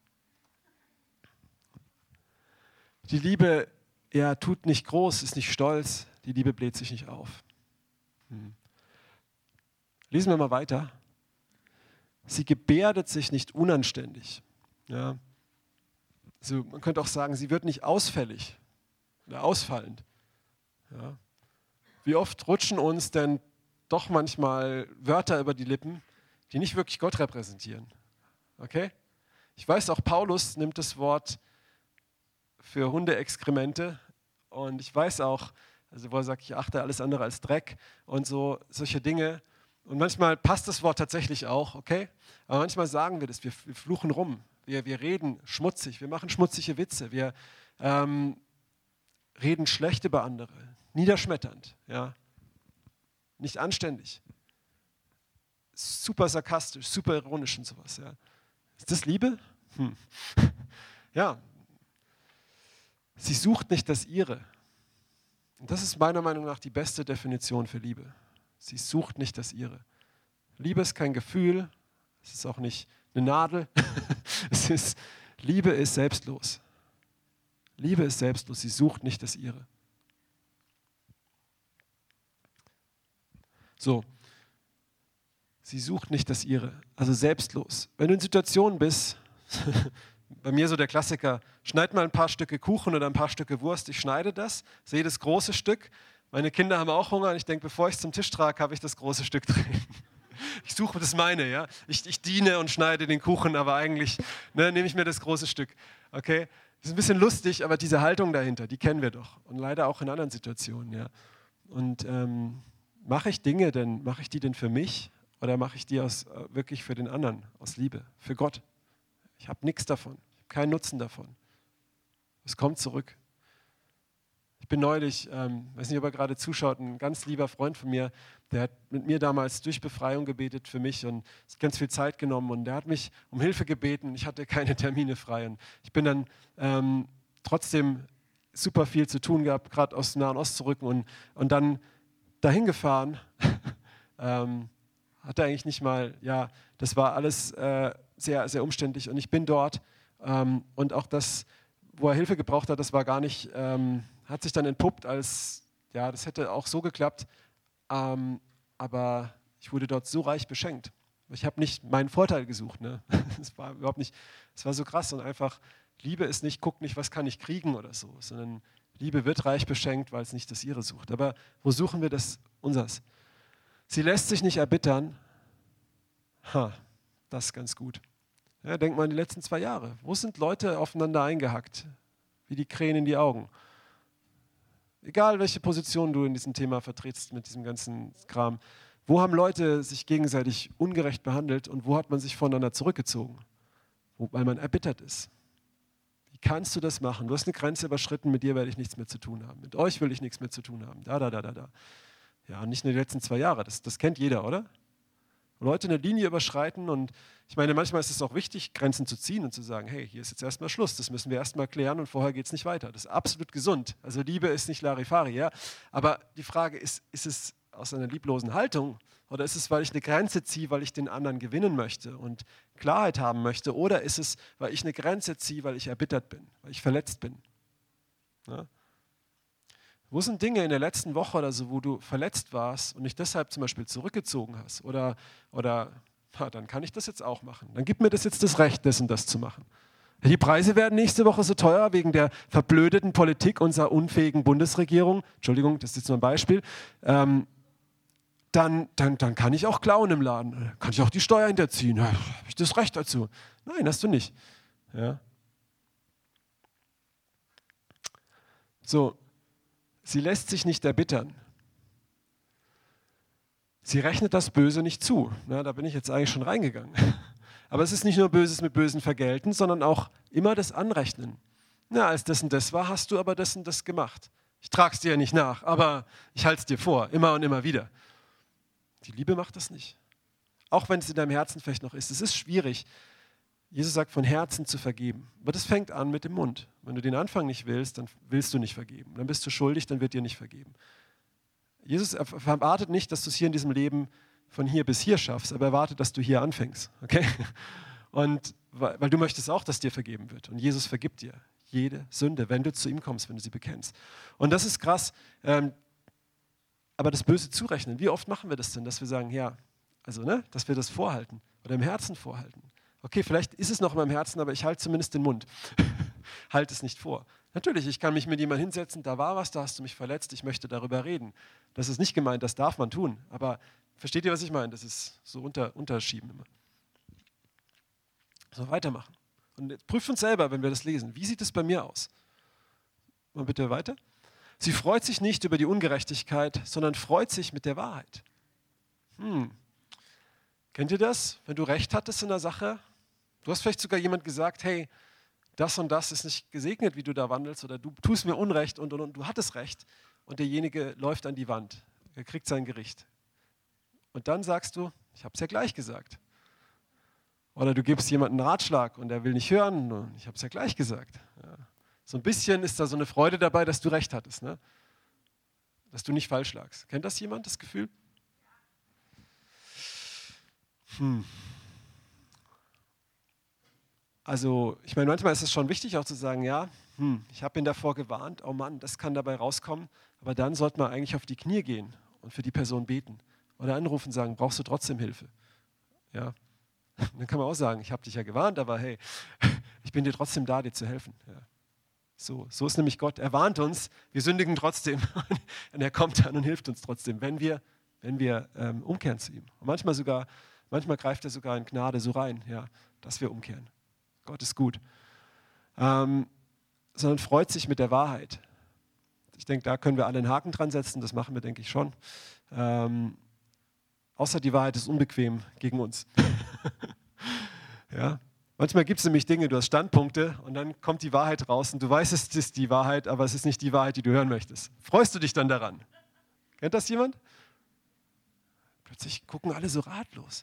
Die Liebe, ja, tut nicht groß, ist nicht stolz. Die Liebe bläht sich nicht auf. Hm. Lesen wir mal weiter. Sie gebärdet sich nicht unanständig. Ja. Also man könnte auch sagen, sie wird nicht ausfällig oder ausfallend. Ja. Wie oft rutschen uns denn doch manchmal Wörter über die Lippen, die nicht wirklich Gott repräsentieren. Okay? Ich weiß, auch Paulus nimmt das Wort für Hundeexkremente und ich weiß auch, also wo er sagt, ich achte alles andere als Dreck und so solche Dinge. Und manchmal passt das Wort tatsächlich auch, okay? Aber manchmal sagen wir das, wir, wir fluchen rum, wir, wir reden schmutzig, wir machen schmutzige Witze, wir ähm, reden schlecht über andere, niederschmetternd, ja? Nicht anständig, super sarkastisch, super ironisch und sowas. Ja. Ist das Liebe? Hm. Ja. Sie sucht nicht das Ihre. Und das ist meiner Meinung nach die beste Definition für Liebe. Sie sucht nicht das Ihre. Liebe ist kein Gefühl, es ist auch nicht eine Nadel. Es ist, Liebe ist selbstlos. Liebe ist selbstlos, sie sucht nicht das Ihre. So, sie sucht nicht das Ihre, also selbstlos. Wenn du in Situationen bist, bei mir so der Klassiker, schneid mal ein paar Stücke Kuchen oder ein paar Stücke Wurst, ich schneide das, sehe das große Stück, meine Kinder haben auch Hunger und ich denke, bevor ich es zum Tisch trage, habe ich das große Stück drin. Ich suche das meine, ja. Ich, ich diene und schneide den Kuchen, aber eigentlich ne, nehme ich mir das große Stück. Okay? Das ist ein bisschen lustig, aber diese Haltung dahinter, die kennen wir doch. Und leider auch in anderen Situationen, ja. Und ähm, mache ich Dinge denn, mache ich die denn für mich oder mache ich die aus, äh, wirklich für den anderen, aus Liebe, für Gott? Ich habe nichts davon, ich habe keinen Nutzen davon. Es kommt zurück. Ich bin neulich, ähm, weiß nicht, ob er gerade zuschaut, ein ganz lieber Freund von mir, der hat mit mir damals durch Befreiung gebetet für mich und es hat ganz viel Zeit genommen und der hat mich um Hilfe gebeten. Ich hatte keine Termine frei und ich bin dann ähm, trotzdem super viel zu tun gehabt, gerade aus dem Nahen Ost zu rücken und, und dann dahin gefahren. ähm, hatte eigentlich nicht mal, ja, das war alles äh, sehr, sehr umständlich und ich bin dort ähm, und auch das, wo er Hilfe gebraucht hat, das war gar nicht, ähm, hat sich dann entpuppt als, ja, das hätte auch so geklappt, ähm, aber ich wurde dort so reich beschenkt. Ich habe nicht meinen Vorteil gesucht, ne? Es war überhaupt nicht, es war so krass und einfach, Liebe ist nicht, guck nicht, was kann ich kriegen oder so, sondern Liebe wird reich beschenkt, weil es nicht das ihre sucht. Aber wo suchen wir das unseres? Sie lässt sich nicht erbittern. Ha, das ist ganz gut. Ja, denk mal an die letzten zwei Jahre. Wo sind Leute aufeinander eingehackt? Wie die Krähen in die Augen. Egal, welche Position du in diesem Thema vertrittst mit diesem ganzen Kram. Wo haben Leute sich gegenseitig ungerecht behandelt und wo hat man sich voneinander zurückgezogen? Wo, weil man erbittert ist. Wie kannst du das machen? Du hast eine Grenze überschritten, mit dir werde ich nichts mehr zu tun haben. Mit euch will ich nichts mehr zu tun haben. Da, da, da, da, da. Ja, nicht nur die letzten zwei Jahre, das, das kennt jeder, oder? Wo Leute eine Linie überschreiten und ich meine, manchmal ist es auch wichtig, Grenzen zu ziehen und zu sagen, hey, hier ist jetzt erstmal Schluss, das müssen wir erstmal klären und vorher geht es nicht weiter. Das ist absolut gesund. Also Liebe ist nicht Larifari, ja. Aber die Frage ist, ist es aus einer lieblosen Haltung oder ist es, weil ich eine Grenze ziehe, weil ich den anderen gewinnen möchte und Klarheit haben möchte oder ist es, weil ich eine Grenze ziehe, weil ich erbittert bin, weil ich verletzt bin? Ja? Wo sind Dinge in der letzten Woche oder so, wo du verletzt warst und dich deshalb zum Beispiel zurückgezogen hast? Oder, oder ja, dann kann ich das jetzt auch machen. Dann gib mir das jetzt das Recht, das und das zu machen. Die Preise werden nächste Woche so teuer wegen der verblödeten Politik unserer unfähigen Bundesregierung. Entschuldigung, das ist jetzt nur ein Beispiel. Ähm, dann, dann, dann kann ich auch klauen im Laden. Kann ich auch die Steuer hinterziehen. Ja, habe ich das Recht dazu? Nein, hast du nicht. Ja. So. Sie lässt sich nicht erbittern. Sie rechnet das Böse nicht zu. Na, da bin ich jetzt eigentlich schon reingegangen. Aber es ist nicht nur Böses mit Bösen vergelten, sondern auch immer das Anrechnen. Na, als das und das war, hast du aber das und das gemacht. Ich trage es dir ja nicht nach, aber ich halte es dir vor, immer und immer wieder. Die Liebe macht das nicht. Auch wenn es in deinem Herzen vielleicht noch ist. Es ist schwierig. Jesus sagt, von Herzen zu vergeben. Aber das fängt an mit dem Mund. Wenn du den Anfang nicht willst, dann willst du nicht vergeben. Dann bist du schuldig, dann wird dir nicht vergeben. Jesus erwartet nicht, dass du es hier in diesem Leben von hier bis hier schaffst, aber er erwartet, dass du hier anfängst. Okay? Und weil, weil du möchtest auch, dass dir vergeben wird. Und Jesus vergibt dir jede Sünde, wenn du zu ihm kommst, wenn du sie bekennst. Und das ist krass. Ähm, aber das Böse zurechnen, wie oft machen wir das denn, dass wir sagen, ja, also, ne, dass wir das vorhalten oder im Herzen vorhalten. Okay, vielleicht ist es noch in meinem Herzen, aber ich halte zumindest den Mund. Halte es nicht vor. Natürlich, ich kann mich mit jemandem hinsetzen, da war was, da hast du mich verletzt, ich möchte darüber reden. Das ist nicht gemeint, das darf man tun. Aber versteht ihr, was ich meine? Das ist so unter, unterschieben immer. So, weitermachen. Und jetzt prüft uns selber, wenn wir das lesen. Wie sieht es bei mir aus? Mal bitte weiter. Sie freut sich nicht über die Ungerechtigkeit, sondern freut sich mit der Wahrheit. Hm. Kennt ihr das? Wenn du Recht hattest in der Sache, du hast vielleicht sogar jemand gesagt, hey, das und das ist nicht gesegnet, wie du da wandelst, oder du tust mir Unrecht und, und, und du hattest Recht und derjenige läuft an die Wand, er kriegt sein Gericht. Und dann sagst du, ich habe es ja gleich gesagt. Oder du gibst jemandem einen Ratschlag und er will nicht hören und ich habe es ja gleich gesagt. Ja. So ein bisschen ist da so eine Freude dabei, dass du Recht hattest, ne? Dass du nicht falsch lagst. Kennt das jemand, das Gefühl? Hm. Also, ich meine, manchmal ist es schon wichtig auch zu sagen, ja, hm, ich habe ihn davor gewarnt, oh Mann, das kann dabei rauskommen, aber dann sollte man eigentlich auf die Knie gehen und für die Person beten oder anrufen und sagen, brauchst du trotzdem Hilfe? Ja. Dann kann man auch sagen, ich habe dich ja gewarnt, aber hey, ich bin dir trotzdem da, dir zu helfen. Ja. So, so ist nämlich Gott. Er warnt uns, wir sündigen trotzdem und er kommt dann und hilft uns trotzdem, wenn wir, wenn wir ähm, umkehren zu ihm. Und manchmal sogar, manchmal greift er sogar in Gnade so rein, ja, dass wir umkehren. Gott ist gut. Ähm, sondern freut sich mit der Wahrheit. Ich denke, da können wir alle einen Haken dran setzen, das machen wir, denke ich, schon. Ähm, außer die Wahrheit ist unbequem gegen uns. Ja. Manchmal gibt es nämlich Dinge, du hast Standpunkte und dann kommt die Wahrheit raus und du weißt, es ist die Wahrheit, aber es ist nicht die Wahrheit, die du hören möchtest. Freust du dich dann daran? Kennt das jemand? Plötzlich gucken alle so ratlos.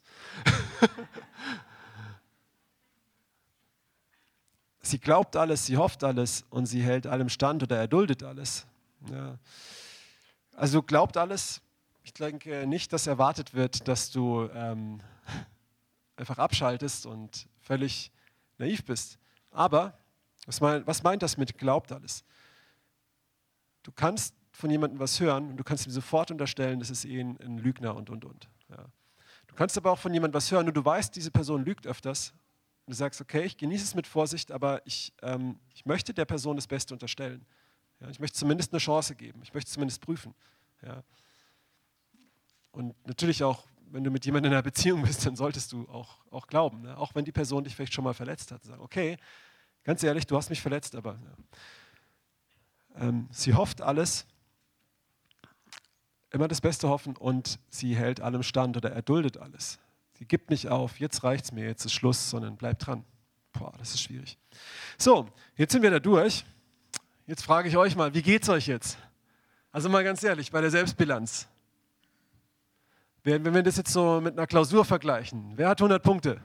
Sie glaubt alles, sie hofft alles und sie hält allem stand oder erduldet alles. Ja. Also glaubt alles. Ich denke nicht, dass erwartet wird, dass du ähm, einfach abschaltest und völlig naiv bist. Aber, was, mein, was meint das mit glaubt alles? Du kannst von jemandem was hören und du kannst ihm sofort unterstellen, das ist eh ein, ein Lügner und, und, und. Ja. Du kannst aber auch von jemandem was hören und du weißt, diese Person lügt öfters. Und du sagst, okay, ich genieße es mit Vorsicht, aber ich, ähm, ich möchte der Person das Beste unterstellen. Ja, ich möchte zumindest eine Chance geben. Ich möchte zumindest prüfen. Ja. Und natürlich auch, wenn du mit jemandem in einer Beziehung bist, dann solltest du auch, auch glauben. Ne? Auch wenn die Person dich vielleicht schon mal verletzt hat. Sagen, okay, ganz ehrlich, du hast mich verletzt, aber ja. ähm, sie hofft alles, immer das Beste hoffen und sie hält allem stand oder erduldet alles. Sie gibt nicht auf, jetzt reicht's mir, jetzt ist Schluss, sondern bleibt dran. Boah, das ist schwierig. So, jetzt sind wir da durch. Jetzt frage ich euch mal, wie geht's euch jetzt? Also mal ganz ehrlich, bei der Selbstbilanz. Wenn wir das jetzt so mit einer Klausur vergleichen, wer hat hundert Punkte?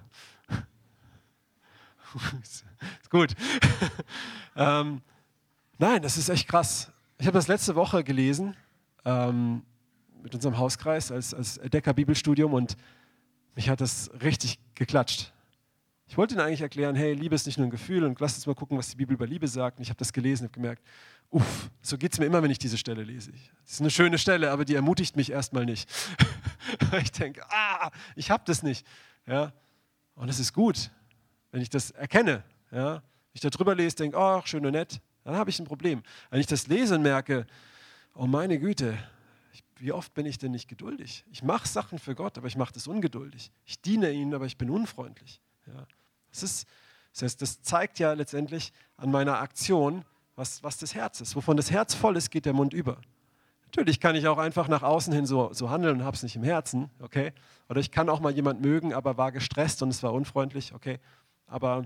Ist gut. ähm, nein, das ist echt krass. Ich habe das letzte Woche gelesen ähm, mit unserem Hauskreis als, als Decker-Bibelstudium und mich hat das richtig geklatscht. Ich wollte ihnen eigentlich erklären, hey, Liebe ist nicht nur ein Gefühl und lass uns mal gucken, was die Bibel über Liebe sagt. Und ich habe das gelesen und habe gemerkt, uff, so geht es mir immer, wenn ich diese Stelle lese. Das ist eine schöne Stelle, aber die ermutigt mich erstmal nicht. Ich denke, ah, ich habe das nicht. Ja? Und es ist gut, wenn ich das erkenne. Ja? Wenn ich da drüber lese, denke, ach, schön und nett, dann habe ich ein Problem. Wenn ich das lese und merke, oh meine Güte, ich, wie oft bin ich denn nicht geduldig? Ich mache Sachen für Gott, aber ich mache das ungeduldig. Ich diene ihnen, aber ich bin unfreundlich. Ja? Das, ist, das heißt, das zeigt ja letztendlich an meiner Aktion, was, was das Herz ist. Wovon das Herz voll ist, geht der Mund über. Natürlich kann ich auch einfach nach außen hin so, so handeln und habe es nicht im Herzen, okay? Oder ich kann auch mal jemand mögen, aber war gestresst und es war unfreundlich, okay? Aber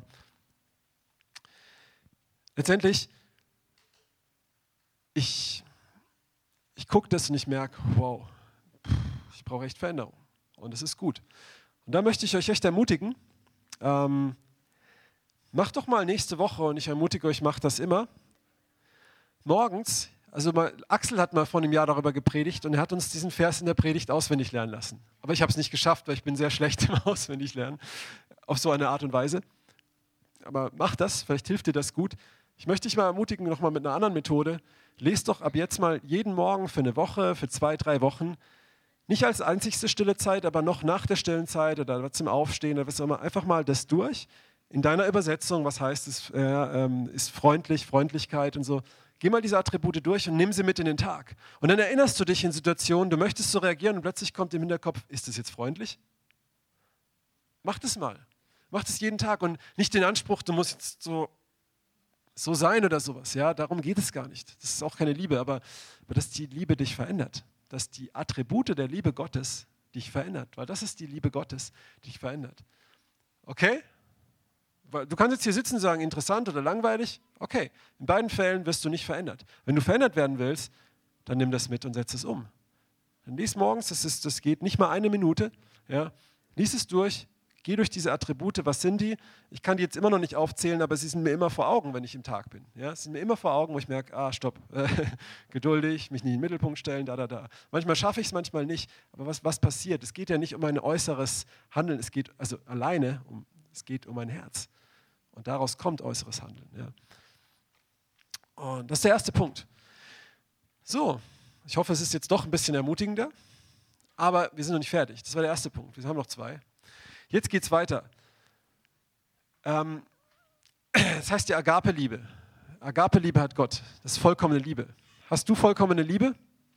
letztendlich, ich, ich gucke das und ich merke, wow, ich brauche echt Veränderung. Und es ist gut. Und da möchte ich euch echt ermutigen, ähm, macht doch mal nächste Woche, und ich ermutige euch, macht das immer, morgens Also mal, Axel hat mal vor einem Jahr darüber gepredigt und er hat uns diesen Vers in der Predigt auswendig lernen lassen. Aber ich habe es nicht geschafft, weil ich bin sehr schlecht im Auswendiglernen auf so eine Art und Weise. Aber mach das, vielleicht hilft dir das gut. Ich möchte dich mal ermutigen, nochmal mit einer anderen Methode. Lest doch ab jetzt mal jeden Morgen für eine Woche, für zwei, drei Wochen, nicht als einzigste stille Zeit, aber noch nach der stillen Zeit oder zum Aufstehen oder was auch immer, einfach mal das durch. In deiner Übersetzung, was heißt es, äh, ähm, ist freundlich, Freundlichkeit und so. Geh mal diese Attribute durch und nimm sie mit in den Tag. Und dann erinnerst du dich in Situationen, du möchtest so reagieren und plötzlich kommt im Hinterkopf, ist das jetzt freundlich? Mach das mal. Mach das jeden Tag und nicht den Anspruch, du musst jetzt so, so sein oder sowas. Ja, darum geht es gar nicht. Das ist auch keine Liebe, aber, aber dass die Liebe dich verändert. Dass die Attribute der Liebe Gottes dich verändert. Weil das ist die Liebe Gottes, die dich verändert. Okay? Du kannst jetzt hier sitzen und sagen, interessant oder langweilig. Okay, in beiden Fällen wirst du nicht verändert. Wenn du verändert werden willst, dann nimm das mit und setz es um. Dann lies morgens, das, ist, das geht nicht mal eine Minute. Ja. Lies es durch, geh durch diese Attribute, was sind die? Ich kann die jetzt immer noch nicht aufzählen, aber sie sind mir immer vor Augen, wenn ich im Tag bin. Ja. Sie sind mir immer vor Augen, wo ich merke, ah, stopp, geduldig, mich nicht in den Mittelpunkt stellen, da, da, da. Manchmal schaffe ich es, manchmal nicht. Aber was, was passiert? Es geht ja nicht um ein äußeres Handeln, es geht also alleine um Es geht um mein Herz. Und daraus kommt äußeres Handeln. Ja. Und das ist der erste Punkt. So, ich hoffe, es ist jetzt doch ein bisschen ermutigender. Aber wir sind noch nicht fertig. Das war der erste Punkt. Wir haben noch zwei. Jetzt geht es weiter. Ähm, das heißt die Agape-Liebe. Agape-Liebe hat Gott. Das ist vollkommene Liebe. Hast du vollkommene Liebe?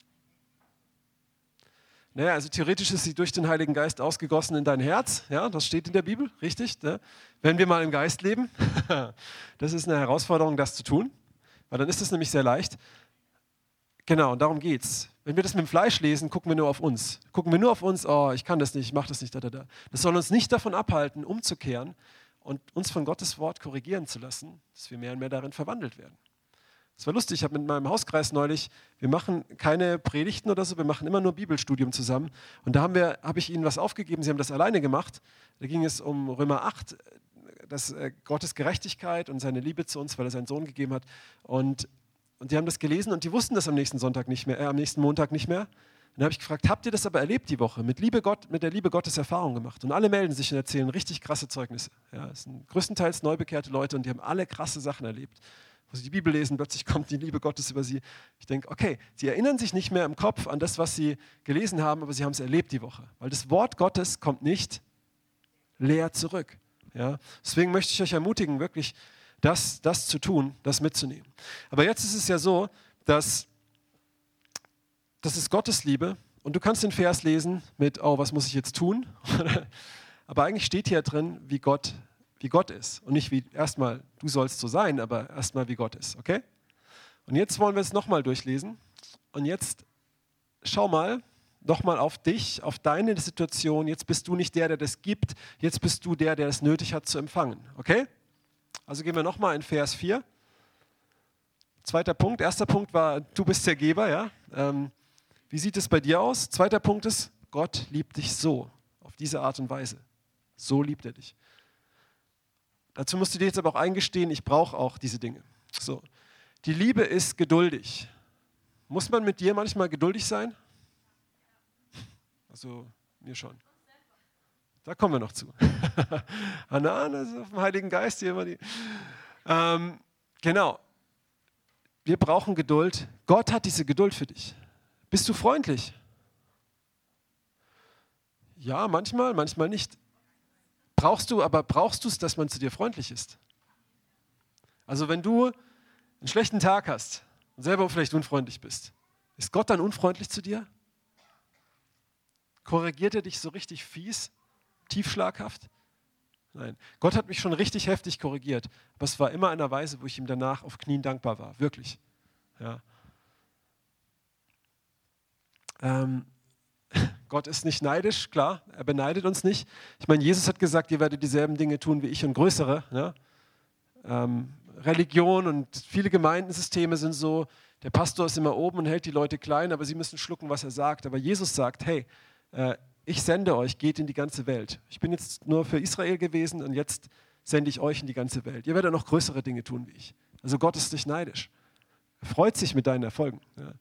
Naja, also theoretisch ist sie durch den Heiligen Geist ausgegossen in dein Herz. Ja, das steht in der Bibel, richtig. Ne? Wenn wir mal im Geist leben, das ist eine Herausforderung, das zu tun, weil dann ist es nämlich sehr leicht. Genau, und darum geht's. Wenn wir das mit dem Fleisch lesen, gucken wir nur auf uns. Gucken wir nur auf uns, oh, ich kann das nicht, ich mache das nicht, da, da, da. Das soll uns nicht davon abhalten, umzukehren und uns von Gottes Wort korrigieren zu lassen, dass wir mehr und mehr darin verwandelt werden. Das war lustig, ich habe mit meinem Hauskreis neulich, wir machen keine Predigten oder so, wir machen immer nur Bibelstudium zusammen. Und da haben wir, habe ich ihnen was aufgegeben, sie haben das alleine gemacht. Da ging es um Römer acht, dass äh, Gottes Gerechtigkeit und seine Liebe zu uns, weil er seinen Sohn gegeben hat. Und, und die haben das gelesen und die wussten das am nächsten Sonntag nicht mehr, äh, am nächsten Montag nicht mehr. Dann habe ich gefragt, habt ihr das aber erlebt die Woche, mit, Liebe Gott, mit der Liebe Gottes Erfahrung gemacht? Und alle melden sich und erzählen richtig krasse Zeugnisse. Ja, es sind größtenteils neubekehrte Leute und die haben alle krasse Sachen erlebt. Wo sie die Bibel lesen, plötzlich kommt die Liebe Gottes über sie. Ich denke, okay, sie erinnern sich nicht mehr im Kopf an das, was sie gelesen haben, aber sie haben es erlebt die Woche. Weil das Wort Gottes kommt nicht leer zurück. Ja? Deswegen möchte ich euch ermutigen, wirklich das, das zu tun, das mitzunehmen. Aber jetzt ist es ja so, dass das ist Gottes Liebe und du kannst den Vers lesen mit, oh, was muss ich jetzt tun? Aber eigentlich steht hier drin, wie Gott wie Gott ist und nicht wie erstmal, du sollst so sein, aber erstmal wie Gott ist, okay? Und jetzt wollen wir es nochmal durchlesen und jetzt schau mal nochmal auf dich, auf deine Situation. Jetzt bist du nicht der, der das gibt, jetzt bist du der, der es nötig hat zu empfangen, okay? Also gehen wir nochmal in Vers vier. Zweiter Punkt, erster Punkt war, du bist der Geber, ja? Ähm, wie sieht es bei dir aus? Zweiter Punkt ist, Gott liebt dich so, auf diese Art und Weise. So liebt er dich. Dazu musst du dir jetzt aber auch eingestehen, ich brauche auch diese Dinge. So. Die Liebe ist geduldig. Muss man mit dir manchmal geduldig sein? Also, mir schon. Da kommen wir noch zu. Anna, das ist auf dem Heiligen Geist hier immer die. Ähm, genau. Wir brauchen Geduld. Gott hat diese Geduld für dich. Bist du freundlich? Ja, manchmal, manchmal nicht. Brauchst du, aber brauchst du es, dass man zu dir freundlich ist? Also wenn du einen schlechten Tag hast und selber vielleicht unfreundlich bist, ist Gott dann unfreundlich zu dir? Korrigiert er dich so richtig fies, tiefschlaghaft? Nein. Gott hat mich schon richtig heftig korrigiert, aber es war immer in einer Weise, wo ich ihm danach auf Knien dankbar war. Wirklich. Ja. Ähm, Gott ist nicht neidisch, klar, er beneidet uns nicht. Ich meine, Jesus hat gesagt, ihr werdet dieselben Dinge tun wie ich und größere. Ne? Ähm, Religion und viele Gemeindensysteme sind so, der Pastor ist immer oben und hält die Leute klein, aber sie müssen schlucken, was er sagt. Aber Jesus sagt, hey, äh, ich sende euch, geht in die ganze Welt. Ich bin jetzt nur für Israel gewesen und jetzt sende ich euch in die ganze Welt. Ihr werdet noch größere Dinge tun wie ich. Also Gott ist nicht neidisch. Er freut sich mit deinen Erfolgen. Ja.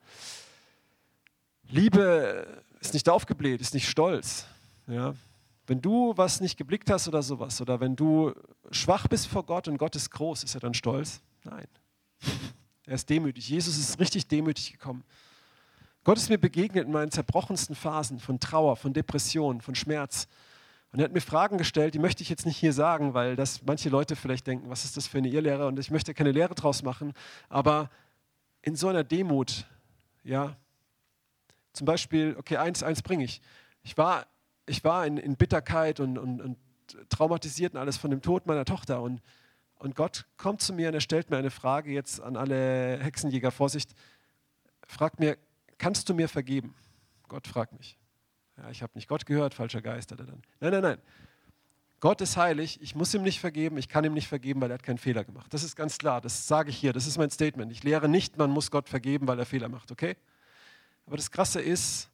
Liebe ist nicht aufgebläht, ist nicht stolz. Ja. Wenn du was nicht geblickt hast oder sowas, oder wenn du schwach bist vor Gott und Gott ist groß, ist er dann stolz? Nein. Er ist demütig. Jesus ist richtig demütig gekommen. Gott ist mir begegnet in meinen zerbrochensten Phasen von Trauer, von Depression, von Schmerz. Und er hat mir Fragen gestellt, die möchte ich jetzt nicht hier sagen, weil das manche Leute vielleicht denken, was ist das für eine Irrlehre? Und ich möchte keine Lehre draus machen. Aber in so einer Demut, ja, zum Beispiel, okay, eins, eins bringe ich. Ich war, ich war in, in Bitterkeit und, und, und traumatisiert und alles von dem Tod meiner Tochter. Und, und Gott kommt zu mir und er stellt mir eine Frage jetzt an alle Hexenjäger, Vorsicht, fragt mir, kannst du mir vergeben? Gott fragt mich. Ja, ich habe nicht Gott gehört, falscher Geist hat er dann. Nein, nein, nein. Gott ist heilig, ich muss ihm nicht vergeben, ich kann ihm nicht vergeben, weil er hat keinen Fehler gemacht. Das ist ganz klar, das sage ich hier, das ist mein Statement. Ich lehre nicht, man muss Gott vergeben, weil er Fehler macht, okay? Aber das Krasse ist,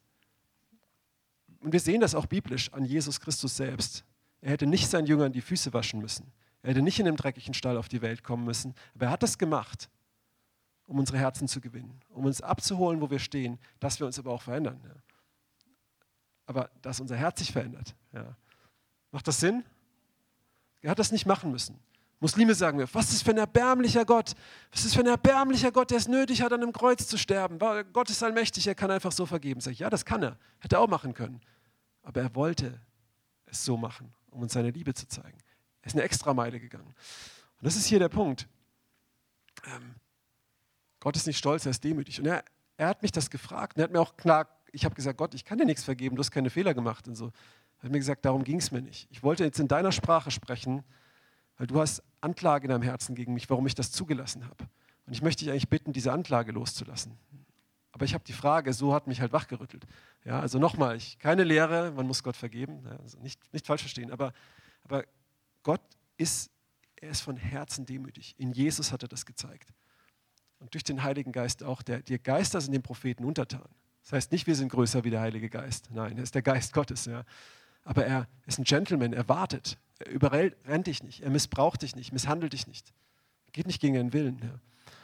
und wir sehen das auch biblisch an Jesus Christus selbst, er hätte nicht seinen Jüngern die Füße waschen müssen. Er hätte nicht in einem dreckigen Stall auf die Welt kommen müssen, aber er hat das gemacht, um unsere Herzen zu gewinnen, um uns abzuholen, wo wir stehen, dass wir uns aber auch verändern. Ja. Aber dass unser Herz sich verändert. Ja. Macht das Sinn? Er hat das nicht machen müssen. Muslime sagen mir, was ist für ein erbärmlicher Gott? Was ist für ein erbärmlicher Gott, der es nötig hat, an einem Kreuz zu sterben? Gott ist allmächtig, er kann einfach so vergeben. Sag ich, ja, das kann er. Hätte er auch machen können. Aber er wollte es so machen, um uns seine Liebe zu zeigen. Er ist eine Extrameile gegangen. Und das ist hier der Punkt. Ähm, Gott ist nicht stolz, er ist demütig. Und er, er hat mich das gefragt. Und er hat mir auch klar, ich habe gesagt, Gott, ich kann dir nichts vergeben, du hast keine Fehler gemacht. Und so. Er hat mir gesagt, darum ging es mir nicht. Ich wollte jetzt in deiner Sprache sprechen, weil du hast Anklage in deinem Herzen gegen mich, warum ich das zugelassen habe. Und ich möchte dich eigentlich bitten, diese Anklage loszulassen. Aber ich habe die Frage, so hat mich halt wachgerüttelt. Ja, also nochmal, ich, keine Lehre, man muss Gott vergeben, ja, also nicht, nicht falsch verstehen, aber, aber Gott ist, er ist von Herzen demütig. In Jesus hat er das gezeigt. Und durch den Heiligen Geist auch. Der, die Geister sind den Propheten untertan. Das heißt nicht, wir sind größer wie der Heilige Geist. Nein, er ist der Geist Gottes. Ja. Aber er ist ein Gentleman, er wartet. Er überrennt dich nicht, er missbraucht dich nicht, misshandelt dich nicht. Geht nicht gegen deinen Willen. Ja.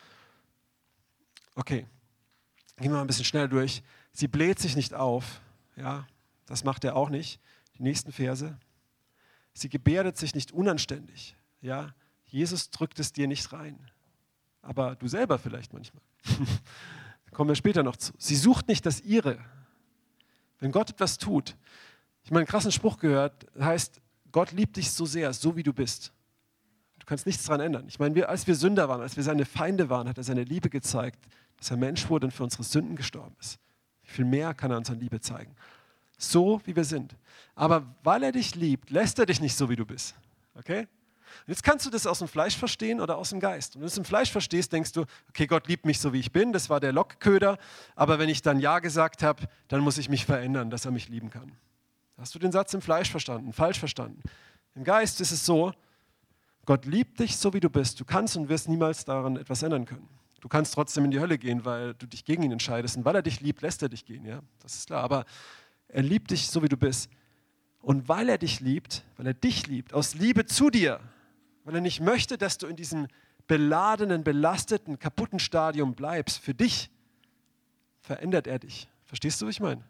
Okay, gehen wir mal ein bisschen schneller durch. Sie bläht sich nicht auf. Ja, das macht er auch nicht. Die nächsten Verse. Sie gebärdet sich nicht unanständig. Ja, Jesus drückt es dir nicht rein. Aber du selber vielleicht manchmal. Da kommen wir später noch zu. Sie sucht nicht das Ihre. Wenn Gott etwas tut, ich habe mal einen krassen Spruch gehört, das heißt, Gott liebt dich so sehr, so wie du bist. Du kannst nichts daran ändern. Ich meine, wir, als wir Sünder waren, als wir seine Feinde waren, hat er seine Liebe gezeigt, dass er Mensch wurde und für unsere Sünden gestorben ist. Wie viel mehr kann er uns an Liebe zeigen? So, wie wir sind. Aber weil er dich liebt, lässt er dich nicht so, wie du bist. Okay? Und jetzt kannst du das aus dem Fleisch verstehen oder aus dem Geist. Und wenn du es im Fleisch verstehst, denkst du, okay, Gott liebt mich so, wie ich bin, das war der Lockköder, aber wenn ich dann Ja gesagt habe, dann muss ich mich verändern, dass er mich lieben kann. Hast du den Satz im Fleisch verstanden, falsch verstanden? Im Geist ist es so, Gott liebt dich so, wie du bist. Du kannst und wirst niemals daran etwas ändern können. Du kannst trotzdem in die Hölle gehen, weil du dich gegen ihn entscheidest. Und weil er dich liebt, lässt er dich gehen. Ja? Das ist klar. Aber er liebt dich so, wie du bist. Und weil er dich liebt, weil er dich liebt, aus Liebe zu dir, weil er nicht möchte, dass du in diesem beladenen, belasteten, kaputten Stadium bleibst, für dich verändert er dich. Verstehst du, was ich meine?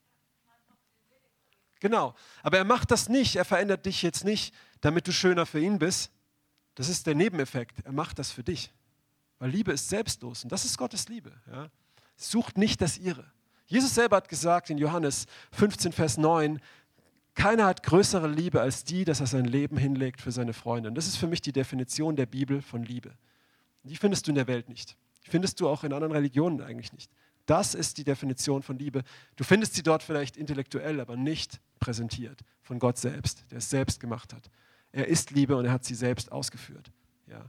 Genau, aber er macht das nicht, er verändert dich jetzt nicht, damit du schöner für ihn bist. Das ist der Nebeneffekt, er macht das für dich. Weil Liebe ist selbstlos und das ist Gottes Liebe. Ja. Sucht nicht das Ihre. Jesus selber hat gesagt in Johannes fünfzehn, Vers neun, keiner hat größere Liebe als die, dass er sein Leben hinlegt für seine Freunde. Und das ist für mich die Definition der Bibel von Liebe. Die findest du in der Welt nicht. Die findest du auch in anderen Religionen eigentlich nicht. Das ist die Definition von Liebe. Du findest sie dort vielleicht intellektuell, aber nicht präsentiert von Gott selbst, der es selbst gemacht hat. Er ist Liebe und er hat sie selbst ausgeführt. Ja.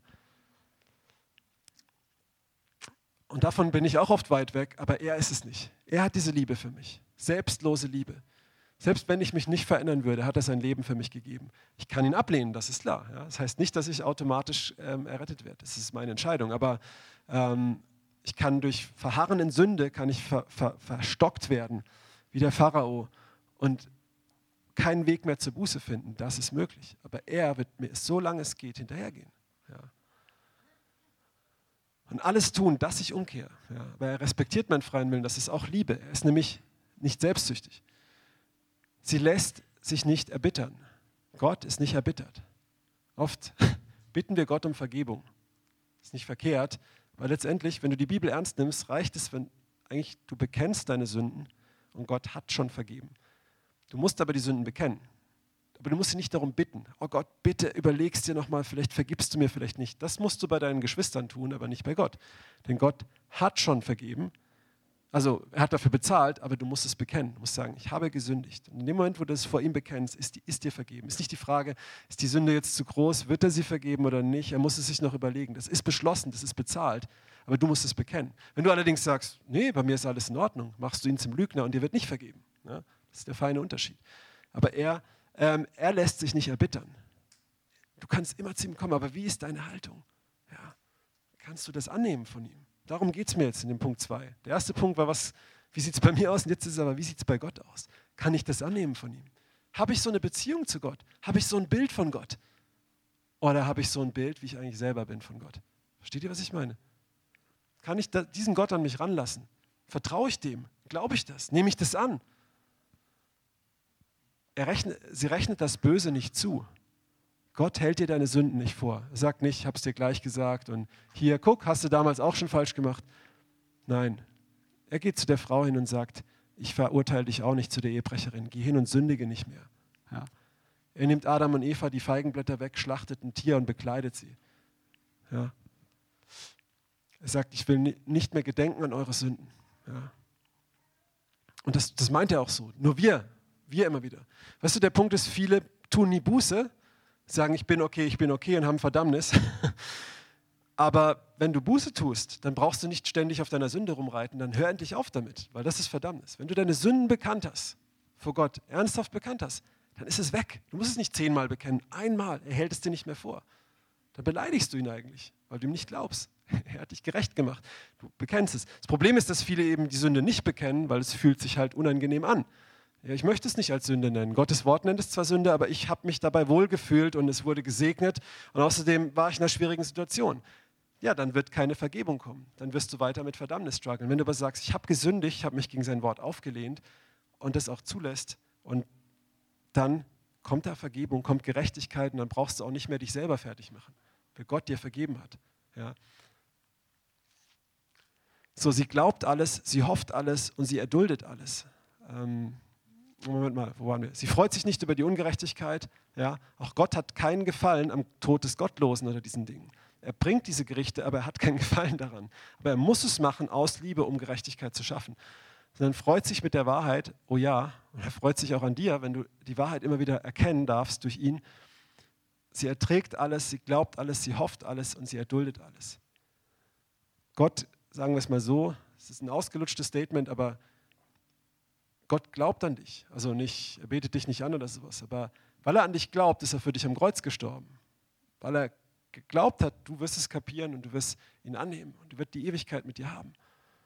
Und davon bin ich auch oft weit weg, aber er ist es nicht. Er hat diese Liebe für mich. Selbstlose Liebe. Selbst wenn ich mich nicht verändern würde, hat er sein Leben für mich gegeben. Ich kann ihn ablehnen, das ist klar. Ja. Das heißt nicht, dass ich automatisch ähm, errettet werde. Das ist meine Entscheidung. Aber ähm, ich kann durch Verharren in Sünde, kann ich ver, ver, verstockt werden, wie der Pharao. Und keinen Weg mehr zur Buße finden. Das ist möglich. Aber er wird mir, solange es geht, hinterhergehen. Ja. und alles tun, dass ich umkehre. Ja, aber er respektiert meinen freien Willen, das ist auch Liebe. Er ist nämlich nicht selbstsüchtig. Sie lässt sich nicht erbittern. Gott ist nicht erbittert. Oft bitten wir Gott um Vergebung. Das ist nicht verkehrt, weil letztendlich, wenn du die Bibel ernst nimmst, reicht es, wenn eigentlich du bekennst deine Sünden und Gott hat schon vergeben. Du musst aber die Sünden bekennen. Aber du musst sie nicht darum bitten. Oh Gott, bitte überlegst dir nochmal, vielleicht vergibst du mir vielleicht nicht. Das musst du bei deinen Geschwistern tun, aber nicht bei Gott. Denn Gott hat schon vergeben. Also er hat dafür bezahlt, aber du musst es bekennen. Du musst sagen, ich habe gesündigt. Und in dem Moment, wo du es vor ihm bekennst, ist, die, ist dir vergeben. Ist nicht die Frage, ist die Sünde jetzt zu groß, wird er sie vergeben oder nicht? Er muss es sich noch überlegen. Das ist beschlossen, das ist bezahlt, aber du musst es bekennen. Wenn du allerdings sagst, nee, bei mir ist alles in Ordnung, machst du ihn zum Lügner und dir wird nicht vergeben. Ja, das ist der feine Unterschied. Aber er, ähm, er lässt sich nicht erbittern. Du kannst immer zu ihm kommen, aber wie ist deine Haltung? Ja, kannst du das annehmen von ihm? Darum geht es mir jetzt in dem Punkt zwei. Der erste Punkt war, was, wie sieht es bei mir aus? Und jetzt ist es aber, wie sieht es bei Gott aus? Kann ich das annehmen von ihm? Habe ich so eine Beziehung zu Gott? Habe ich so ein Bild von Gott? Oder habe ich so ein Bild, wie ich eigentlich selber bin von Gott? Versteht ihr, was ich meine? Kann ich da, diesen Gott an mich ranlassen? Vertraue ich dem? Glaube ich das? Nehme ich das an? Er rechnet, sie rechnet das Böse nicht zu. Gott hält dir deine Sünden nicht vor. Er sagt nicht, ich habe es dir gleich gesagt und hier, guck, hast du damals auch schon falsch gemacht. Nein, er geht zu der Frau hin und sagt, ich verurteile dich auch nicht zu der Ehebrecherin, geh hin und sündige nicht mehr. Ja. Er nimmt Adam und Eva die Feigenblätter weg, schlachtet ein Tier und bekleidet sie. Ja. Er sagt, ich will nicht mehr gedenken an eure Sünden. Ja. Und das, das meint er auch so. Nur wir, wir immer wieder. Weißt du, der Punkt ist, viele tun nie Buße, sagen, ich bin okay, ich bin okay und haben Verdammnis. Aber wenn du Buße tust, dann brauchst du nicht ständig auf deiner Sünde rumreiten, dann hör endlich auf damit, weil das ist Verdammnis. Wenn du deine Sünden bekannt hast, vor Gott ernsthaft bekannt hast, dann ist es weg. Du musst es nicht zehnmal bekennen, einmal, er hält es dir nicht mehr vor. Dann beleidigst du ihn eigentlich, weil du ihm nicht glaubst. Er hat dich gerecht gemacht, du bekennst es. Das Problem ist, dass viele eben die Sünde nicht bekennen, weil es fühlt sich halt unangenehm an. Ja, ich möchte es nicht als Sünde nennen. Gottes Wort nennt es zwar Sünde, aber ich habe mich dabei wohlgefühlt und es wurde gesegnet und außerdem war ich in einer schwierigen Situation. Ja, dann wird keine Vergebung kommen. Dann wirst du weiter mit Verdammnis strugglen. Wenn du aber sagst, ich habe gesündigt, ich habe mich gegen sein Wort aufgelehnt und das auch zulässt und dann kommt da Vergebung, kommt Gerechtigkeit und dann brauchst du auch nicht mehr dich selber fertig machen, weil Gott dir vergeben hat. Ja. So, sie glaubt alles, sie hofft alles und sie erduldet alles. Ähm, Moment mal, wo waren wir? Sie freut sich nicht über die Ungerechtigkeit. Ja? Auch Gott hat keinen Gefallen am Tod des Gottlosen oder diesen Dingen. Er bringt diese Gerichte, aber er hat keinen Gefallen daran. Aber er muss es machen aus Liebe, um Gerechtigkeit zu schaffen. Sondern freut sich mit der Wahrheit, oh ja, und er freut sich auch an dir, wenn du die Wahrheit immer wieder erkennen darfst durch ihn. Sie erträgt alles, sie glaubt alles, sie hofft alles und sie erduldet alles. Gott, sagen wir es mal so, es ist ein ausgelutschtes Statement, aber Gott glaubt an dich. Also nicht, er betet dich nicht an oder sowas, aber weil er an dich glaubt, ist er für dich am Kreuz gestorben. Weil er geglaubt hat, du wirst es kapieren und du wirst ihn annehmen und du wirst die Ewigkeit mit dir haben.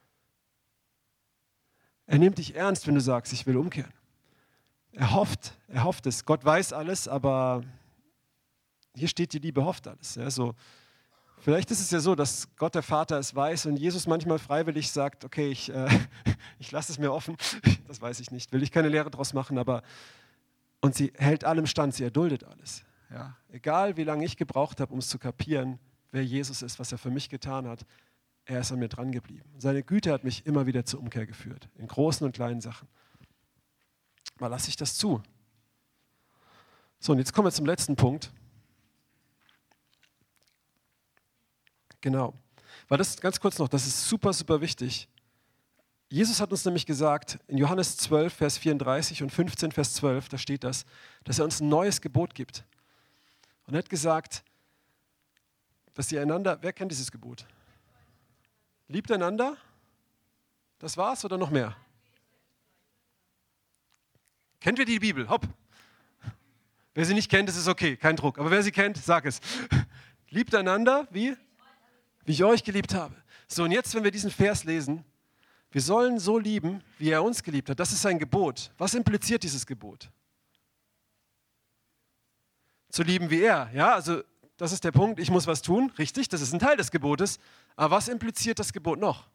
Er nimmt dich ernst, wenn du sagst, ich will umkehren. Er hofft, er hofft es. Gott weiß alles, aber hier steht, die Liebe hofft alles. Ja, so. Vielleicht ist es ja so, dass Gott der Vater es weiß und Jesus manchmal freiwillig sagt, okay, ich, äh, ich lasse es mir offen, das weiß ich nicht, will ich keine Lehre draus machen, aber und sie hält allem stand, sie erduldet alles. Ja. Egal wie lange ich gebraucht habe, um es zu kapieren, wer Jesus ist, was er für mich getan hat, er ist an mir dran geblieben. Seine Güte hat mich immer wieder zur Umkehr geführt, in großen und kleinen Sachen. Mal lasse ich das zu. So, und jetzt kommen wir zum letzten Punkt. Genau, weil das ganz kurz noch, das ist super, super wichtig. Jesus hat uns nämlich gesagt, in Johannes zwölf, Vers vierunddreißig und fünfzehn, Vers zwölf, da steht das, dass er uns ein neues Gebot gibt. Und er hat gesagt, dass ihr einander, wer kennt dieses Gebot? Liebt einander? Das war's oder noch mehr? Kennt ihr die Bibel? Hopp. Wer sie nicht kennt, ist es okay, kein Druck. Aber wer sie kennt, sag es. Liebt einander, wie? Wie ich euch geliebt habe. So, und jetzt, wenn wir diesen Vers lesen, wir sollen so lieben, wie er uns geliebt hat. Das ist sein Gebot. Was impliziert dieses Gebot? Zu lieben wie er. Ja, also das ist der Punkt, ich muss was tun, richtig, das ist ein Teil des Gebotes. Aber was impliziert das Gebot noch?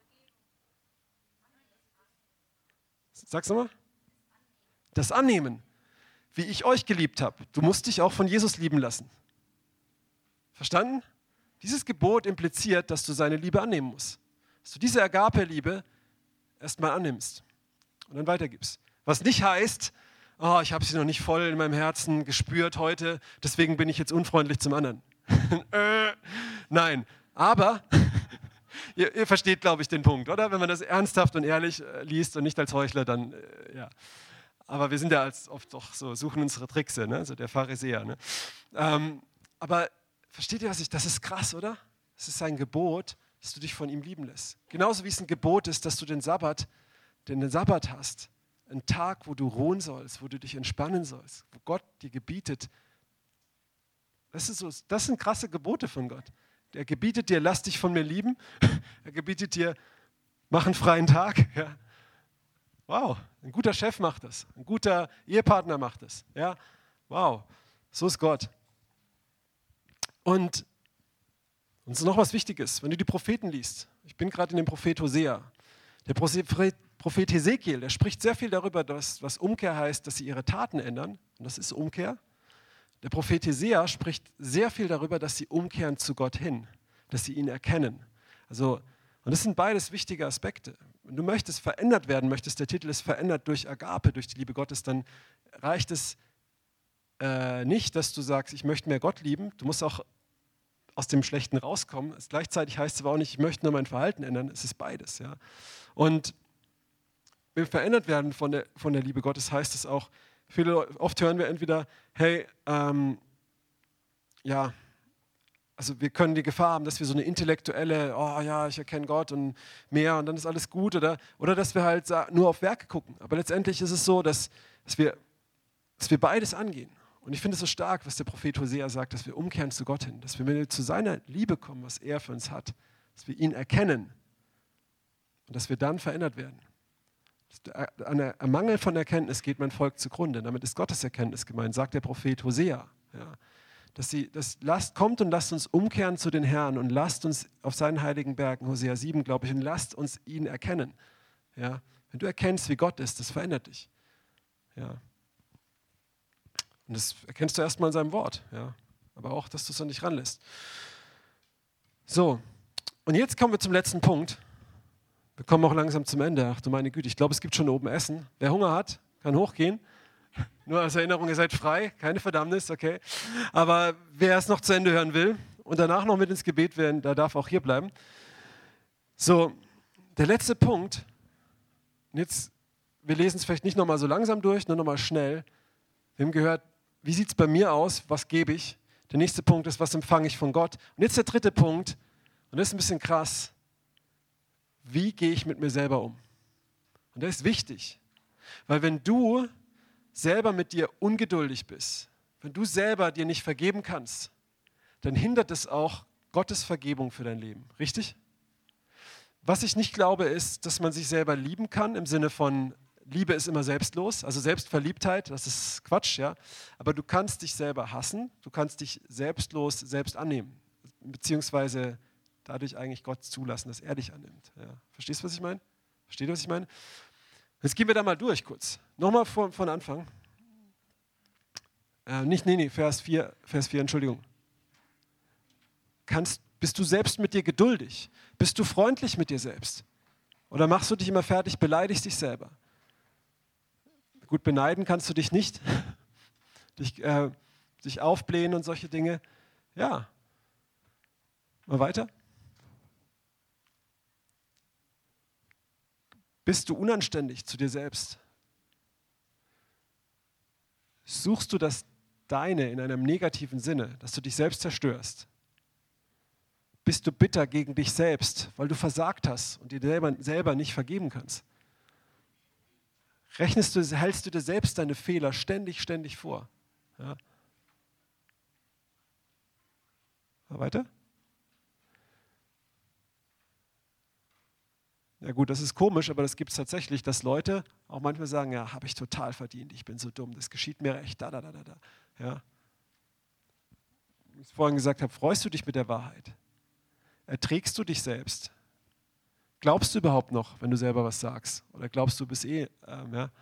Sag's nochmal. Das Annehmen, wie ich euch geliebt habe. Du musst dich auch von Jesus lieben lassen. Verstanden? Dieses Gebot impliziert, dass du seine Liebe annehmen musst. Dass du diese Agape-Liebe erstmal annimmst und dann weitergibst. Was nicht heißt, oh, ich habe sie noch nicht voll in meinem Herzen gespürt heute, deswegen bin ich jetzt unfreundlich zum anderen. äh, nein, aber ihr, ihr versteht, glaube ich, den Punkt, oder? Wenn man das ernsthaft und ehrlich äh, liest und nicht als Heuchler, dann äh, ja. Aber wir sind ja als oft doch so, suchen unsere Trickse, ne? So der Pharisäer. Ne? Ähm, aber versteht ihr, was ich, das ist krass, oder? Es ist sein Gebot, dass du dich von ihm lieben lässt. Genauso wie es ein Gebot ist, dass du den Sabbat, den Sabbat hast. Ein Tag, wo du ruhen sollst, wo du dich entspannen sollst, wo Gott dir gebietet. Das, ist so, das sind krasse Gebote von Gott. Er gebietet dir, lass dich von mir lieben. Er gebietet dir, mach einen freien Tag. Ja. Wow, ein guter Chef macht das. Ein guter Ehepartner macht das. Ja. Wow, so ist Gott. Und Und so noch was Wichtiges, wenn du die Propheten liest. Ich bin gerade in dem Prophet Hosea. Der Prophet Hesekiel, der spricht sehr viel darüber, dass, was Umkehr heißt, dass sie ihre Taten ändern. Und das ist Umkehr. Der Prophet Hosea spricht sehr viel darüber, dass sie umkehren zu Gott hin, dass sie ihn erkennen. Also, und das sind beides wichtige Aspekte. Wenn du möchtest verändert werden, möchtest, der Titel ist verändert durch Agape, durch die Liebe Gottes, dann reicht es äh, nicht, dass du sagst, ich möchte mehr Gott lieben. Du musst auch aus dem Schlechten rauskommen. Es gleichzeitig heißt es aber auch nicht, ich möchte nur mein Verhalten ändern. Es ist beides. Ja. Und wenn wir verändert werden von der, von der Liebe Gottes, heißt es auch, viele, oft hören wir entweder, hey, ähm, ja, also wir können die Gefahr haben, dass wir so eine intellektuelle, oh ja, ich erkenne Gott und mehr und dann ist alles gut, oder, oder dass wir halt nur auf Werke gucken. Aber letztendlich ist es so, dass, dass, wir, dass wir beides angehen. Und ich finde es so stark, was der Prophet Hosea sagt, dass wir umkehren zu Gott hin, dass wir zu seiner Liebe kommen, was er für uns hat, dass wir ihn erkennen und dass wir dann verändert werden. An der Mangel von Erkenntnis geht mein Volk zugrunde. Damit ist Gottes Erkenntnis gemeint, sagt der Prophet Hosea. Ja, dass sie, das lasst, kommt und lasst uns umkehren zu den Herrn und lasst uns auf seinen heiligen Bergen, Hosea sieben, glaube ich, und lasst uns ihn erkennen. Ja, wenn du erkennst, wie Gott ist, das verändert dich. Ja. Und das erkennst du erstmal in seinem Wort, ja. Aber auch, dass du es an dich ranlässt. So, und jetzt kommen wir zum letzten Punkt. Wir kommen auch langsam zum Ende. Ach du meine Güte, ich glaube, es gibt schon oben Essen. Wer Hunger hat, kann hochgehen. Nur als Erinnerung, ihr seid frei, keine Verdammnis, okay. Aber wer es noch zu Ende hören will und danach noch mit ins Gebet werden, der darf auch hier bleiben. So, der letzte Punkt. Und jetzt, wir lesen es vielleicht nicht nochmal so langsam durch, nur nochmal schnell. Wir haben gehört, wie sieht es bei mir aus? Was gebe ich? Der nächste Punkt ist, was empfange ich von Gott? Und jetzt der dritte Punkt, und das ist ein bisschen krass. Wie gehe ich mit mir selber um? Und das ist wichtig, weil wenn du selber mit dir ungeduldig bist, wenn du selber dir nicht vergeben kannst, dann hindert es auch Gottes Vergebung für dein Leben. Richtig? Was ich nicht glaube, ist, dass man sich selber lieben kann im Sinne von Liebe ist immer selbstlos, also Selbstverliebtheit, das ist Quatsch, ja. Aber du kannst dich selber hassen, du kannst dich selbstlos selbst annehmen, beziehungsweise dadurch eigentlich Gott zulassen, dass er dich annimmt. Ja. Verstehst du, was ich meine? Versteht ihr, was ich meine? Jetzt gehen wir da mal durch kurz. Nochmal von, von Anfang. Äh, nicht, nee, nee, Vers vier, Vers vier, Entschuldigung. Kannst, bist du selbst mit dir geduldig? Bist du freundlich mit dir selbst? Oder machst du dich immer fertig, beleidigst dich selber? Gut, beneiden kannst du dich nicht, dich, äh, dich aufblähen und solche Dinge. Ja. Mal weiter. Bist du unanständig zu dir selbst? Suchst du das Deine in einem negativen Sinne, dass du dich selbst zerstörst? Bist du bitter gegen dich selbst, weil du versagt hast und dir selber, selber nicht vergeben kannst? Rechnest du, hältst du dir selbst deine Fehler ständig, ständig vor? Ja. Mal weiter. Ja gut, das ist komisch, aber das gibt es tatsächlich, dass Leute auch manchmal sagen, ja, habe ich total verdient, ich bin so dumm, das geschieht mir recht, da, da, da, da, da. Ja. wie ich es vorhin gesagt habe, freust du dich mit der Wahrheit? Erträgst du dich selbst? Glaubst du überhaupt noch, wenn du selber was sagst? Oder glaubst du, bist eh, ähm, ja?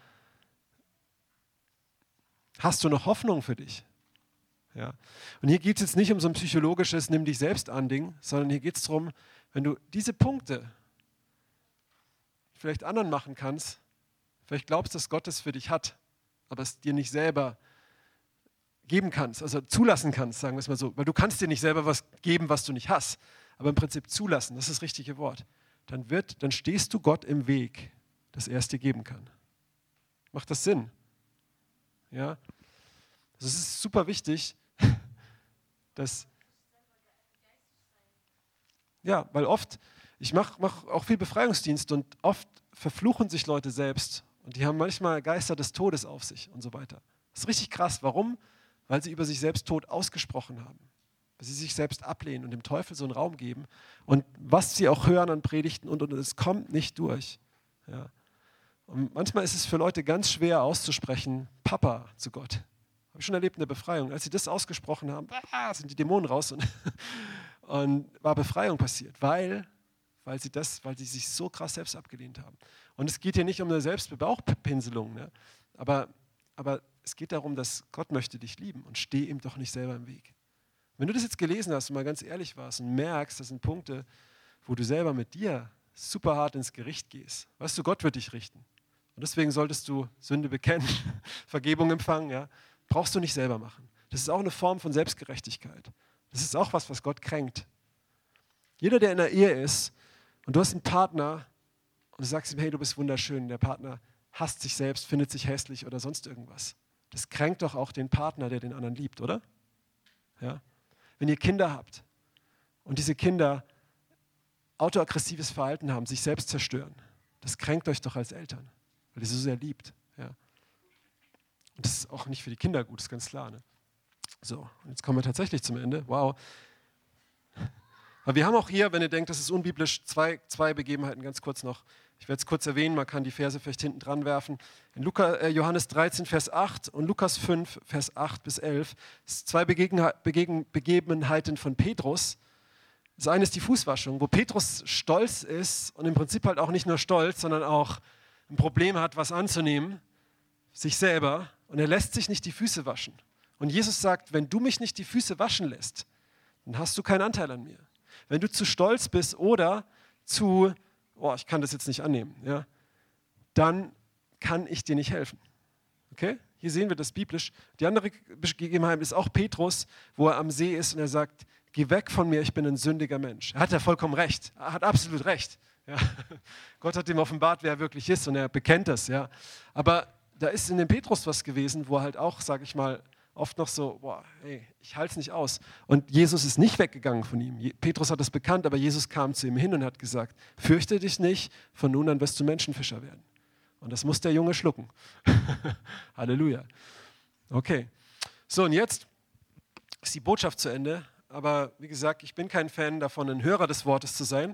Hast du noch Hoffnung für dich? Ja. Und hier geht es jetzt nicht um so ein psychologisches Nimm dich selbst an Ding, sondern hier geht es darum, wenn du diese Punkte vielleicht anderen machen kannst, vielleicht glaubst, dass Gott es für dich hat, aber es dir nicht selber geben kannst, also zulassen kannst, sagen wir es mal so, weil du kannst dir nicht selber was geben, was du nicht hast, aber im Prinzip zulassen, das ist das richtige Wort, dann, wird, dann stehst du Gott im Weg, dass er es dir geben kann. Macht das Sinn? Ja? Also es ist super wichtig, dass, ja, weil oft, ich mache mach auch viel Befreiungsdienst und oft verfluchen sich Leute selbst und die haben manchmal Geister des Todes auf sich und so weiter. Das ist richtig krass. Warum? Weil sie über sich selbst Tod ausgesprochen haben. Weil sie sich selbst ablehnen und dem Teufel so einen Raum geben. Und was sie auch hören an Predigten und, und, und es kommt nicht durch. Ja. Und manchmal ist es für Leute ganz schwer auszusprechen, Papa zu Gott. Habe ich schon erlebt in der Befreiung. Als sie das ausgesprochen haben, ah, sind die Dämonen raus und, und war Befreiung passiert, weil, weil, sie das, weil sie sich so krass selbst abgelehnt haben. Und es geht hier nicht um eine Selbstbauchpinselung, ne? aber, aber es geht darum, dass Gott möchte dich lieben und steh ihm doch nicht selber im Weg. Wenn du das jetzt gelesen hast und mal ganz ehrlich warst und merkst, das sind Punkte, wo du selber mit dir super hart ins Gericht gehst, weißt du, Gott wird dich richten. Und deswegen solltest du Sünde bekennen, Vergebung empfangen, ja? Brauchst du nicht selber machen. Das ist auch eine Form von Selbstgerechtigkeit. Das ist auch was, was Gott kränkt. Jeder, der in einer Ehe ist und du hast einen Partner und du sagst ihm, hey, du bist wunderschön, der Partner hasst sich selbst, findet sich hässlich oder sonst irgendwas. Das kränkt doch auch den Partner, der den anderen liebt, oder? Ja? Wenn ihr Kinder habt und diese Kinder autoaggressives Verhalten haben, sich selbst zerstören, das kränkt euch doch als Eltern, weil ihr sie so sehr liebt. Ja? Und das ist auch nicht für die Kinder gut, ist ganz klar. Ne? So, und jetzt kommen wir tatsächlich zum Ende. Wow. Aber wir haben auch hier, wenn ihr denkt, das ist unbiblisch, zwei, zwei Begebenheiten ganz kurz noch. Ich werde es kurz erwähnen, man kann die Verse vielleicht hinten dran werfen. In Lukas, äh, Johannes dreizehn, Vers acht und Lukas fünf, Vers acht bis elf. Das sind zwei Begegen, Begegen, Begebenheiten von Petrus. Das eine ist die Fußwaschung, wo Petrus stolz ist und im Prinzip halt auch nicht nur stolz, sondern auch ein Problem hat, was anzunehmen, sich selber. Und er lässt sich nicht die Füße waschen. Und Jesus sagt, wenn du mich nicht die Füße waschen lässt, dann hast du keinen Anteil an mir. Wenn du zu stolz bist oder zu, oh, ich kann das jetzt nicht annehmen, ja, dann kann ich dir nicht helfen. Okay? Hier sehen wir das biblisch. Die andere Begebenheit ist auch Petrus, wo er am See ist und er sagt, geh weg von mir, ich bin ein sündiger Mensch. Er hat ja vollkommen recht. Er hat absolut recht. Ja. Gott hat ihm offenbart, wer er wirklich ist und er bekennt das. Ja. Aber da ist in dem Petrus was gewesen, wo er halt auch, sage ich mal, oft noch so, boah, ey, ich halte es nicht aus. Und Jesus ist nicht weggegangen von ihm. Petrus hat das bekannt, aber Jesus kam zu ihm hin und hat gesagt, fürchte dich nicht, von nun an wirst du Menschenfischer werden. Und das muss der Junge schlucken. Halleluja. Okay. So, und jetzt ist die Botschaft zu Ende. Aber wie gesagt, ich bin kein Fan davon, ein Hörer des Wortes zu sein.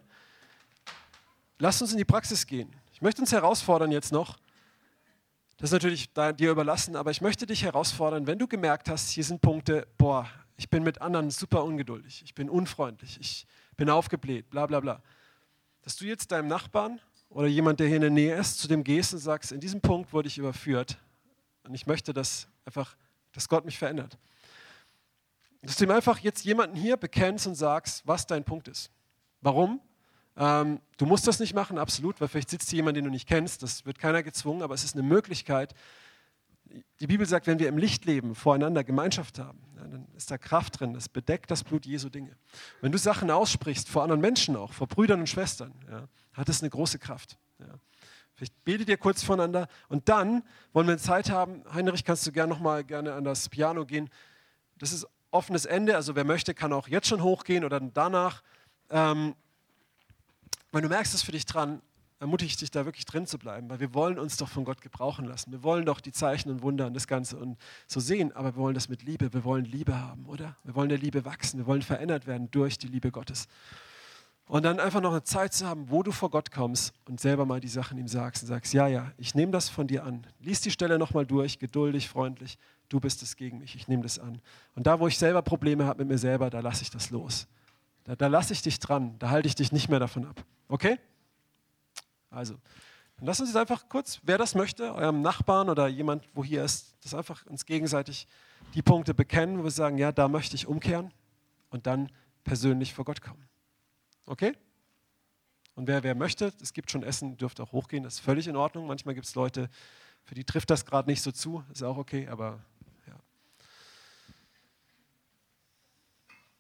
Lasst uns in die Praxis gehen. Ich möchte uns herausfordern jetzt noch, das ist natürlich dir überlassen, aber ich möchte dich herausfordern, wenn du gemerkt hast, hier sind Punkte, boah, ich bin mit anderen super ungeduldig, ich bin unfreundlich, ich bin aufgebläht, bla bla bla. Dass du jetzt deinem Nachbarn oder jemand, der hier in der Nähe ist, zu dem gehst und sagst, in diesem Punkt wurde ich überführt und ich möchte, dass einfach, dass Gott mich verändert. Dass du ihm einfach jetzt jemanden hier bekennst und sagst, was dein Punkt ist. Warum? Ähm, du musst das nicht machen, absolut, weil vielleicht sitzt hier jemand, den du nicht kennst, das wird keiner gezwungen, aber es ist eine Möglichkeit. Die Bibel sagt, wenn wir im Licht leben, voreinander Gemeinschaft haben, ja, dann ist da Kraft drin, das bedeckt das Blut Jesu Dinge. Wenn du Sachen aussprichst, vor anderen Menschen auch, vor Brüdern und Schwestern, ja, hat das eine große Kraft. Ja. Vielleicht betet ihr kurz voneinander und dann wollen wir Zeit haben. Heinrich, kannst du gerne nochmal gerne an das Piano gehen. Das ist offenes Ende, also wer möchte, kann auch jetzt schon hochgehen oder danach. Ähm, Wenn du merkst, es ist für dich dran, ermutige ich dich, da wirklich drin zu bleiben, weil wir wollen uns doch von Gott gebrauchen lassen. Wir wollen doch die Zeichen und Wunder und das Ganze und so sehen, aber wir wollen das mit Liebe. Wir wollen Liebe haben, oder? Wir wollen der Liebe wachsen. Wir wollen verändert werden durch die Liebe Gottes. Und dann einfach noch eine Zeit zu haben, wo du vor Gott kommst und selber mal die Sachen ihm sagst und sagst, ja, ja, ich nehme das von dir an. Lies die Stelle nochmal durch, geduldig, freundlich. du bist es gegen mich, ich nehme das an. Und da, wo ich selber Probleme habe mit mir selber, da lasse ich das los. Da, da lasse ich dich dran, da halte ich dich nicht mehr davon ab. Okay? Also, dann lassen Sie es einfach kurz, wer das möchte, eurem Nachbarn oder jemand, wo hier ist, das einfach uns gegenseitig die Punkte bekennen, wo wir sagen, ja, da möchte ich umkehren und dann persönlich vor Gott kommen. Okay? Und wer, wer möchte, es gibt schon Essen, dürft auch hochgehen, das ist völlig in Ordnung. Manchmal gibt es Leute, für die trifft das gerade nicht so zu, ist auch okay, aber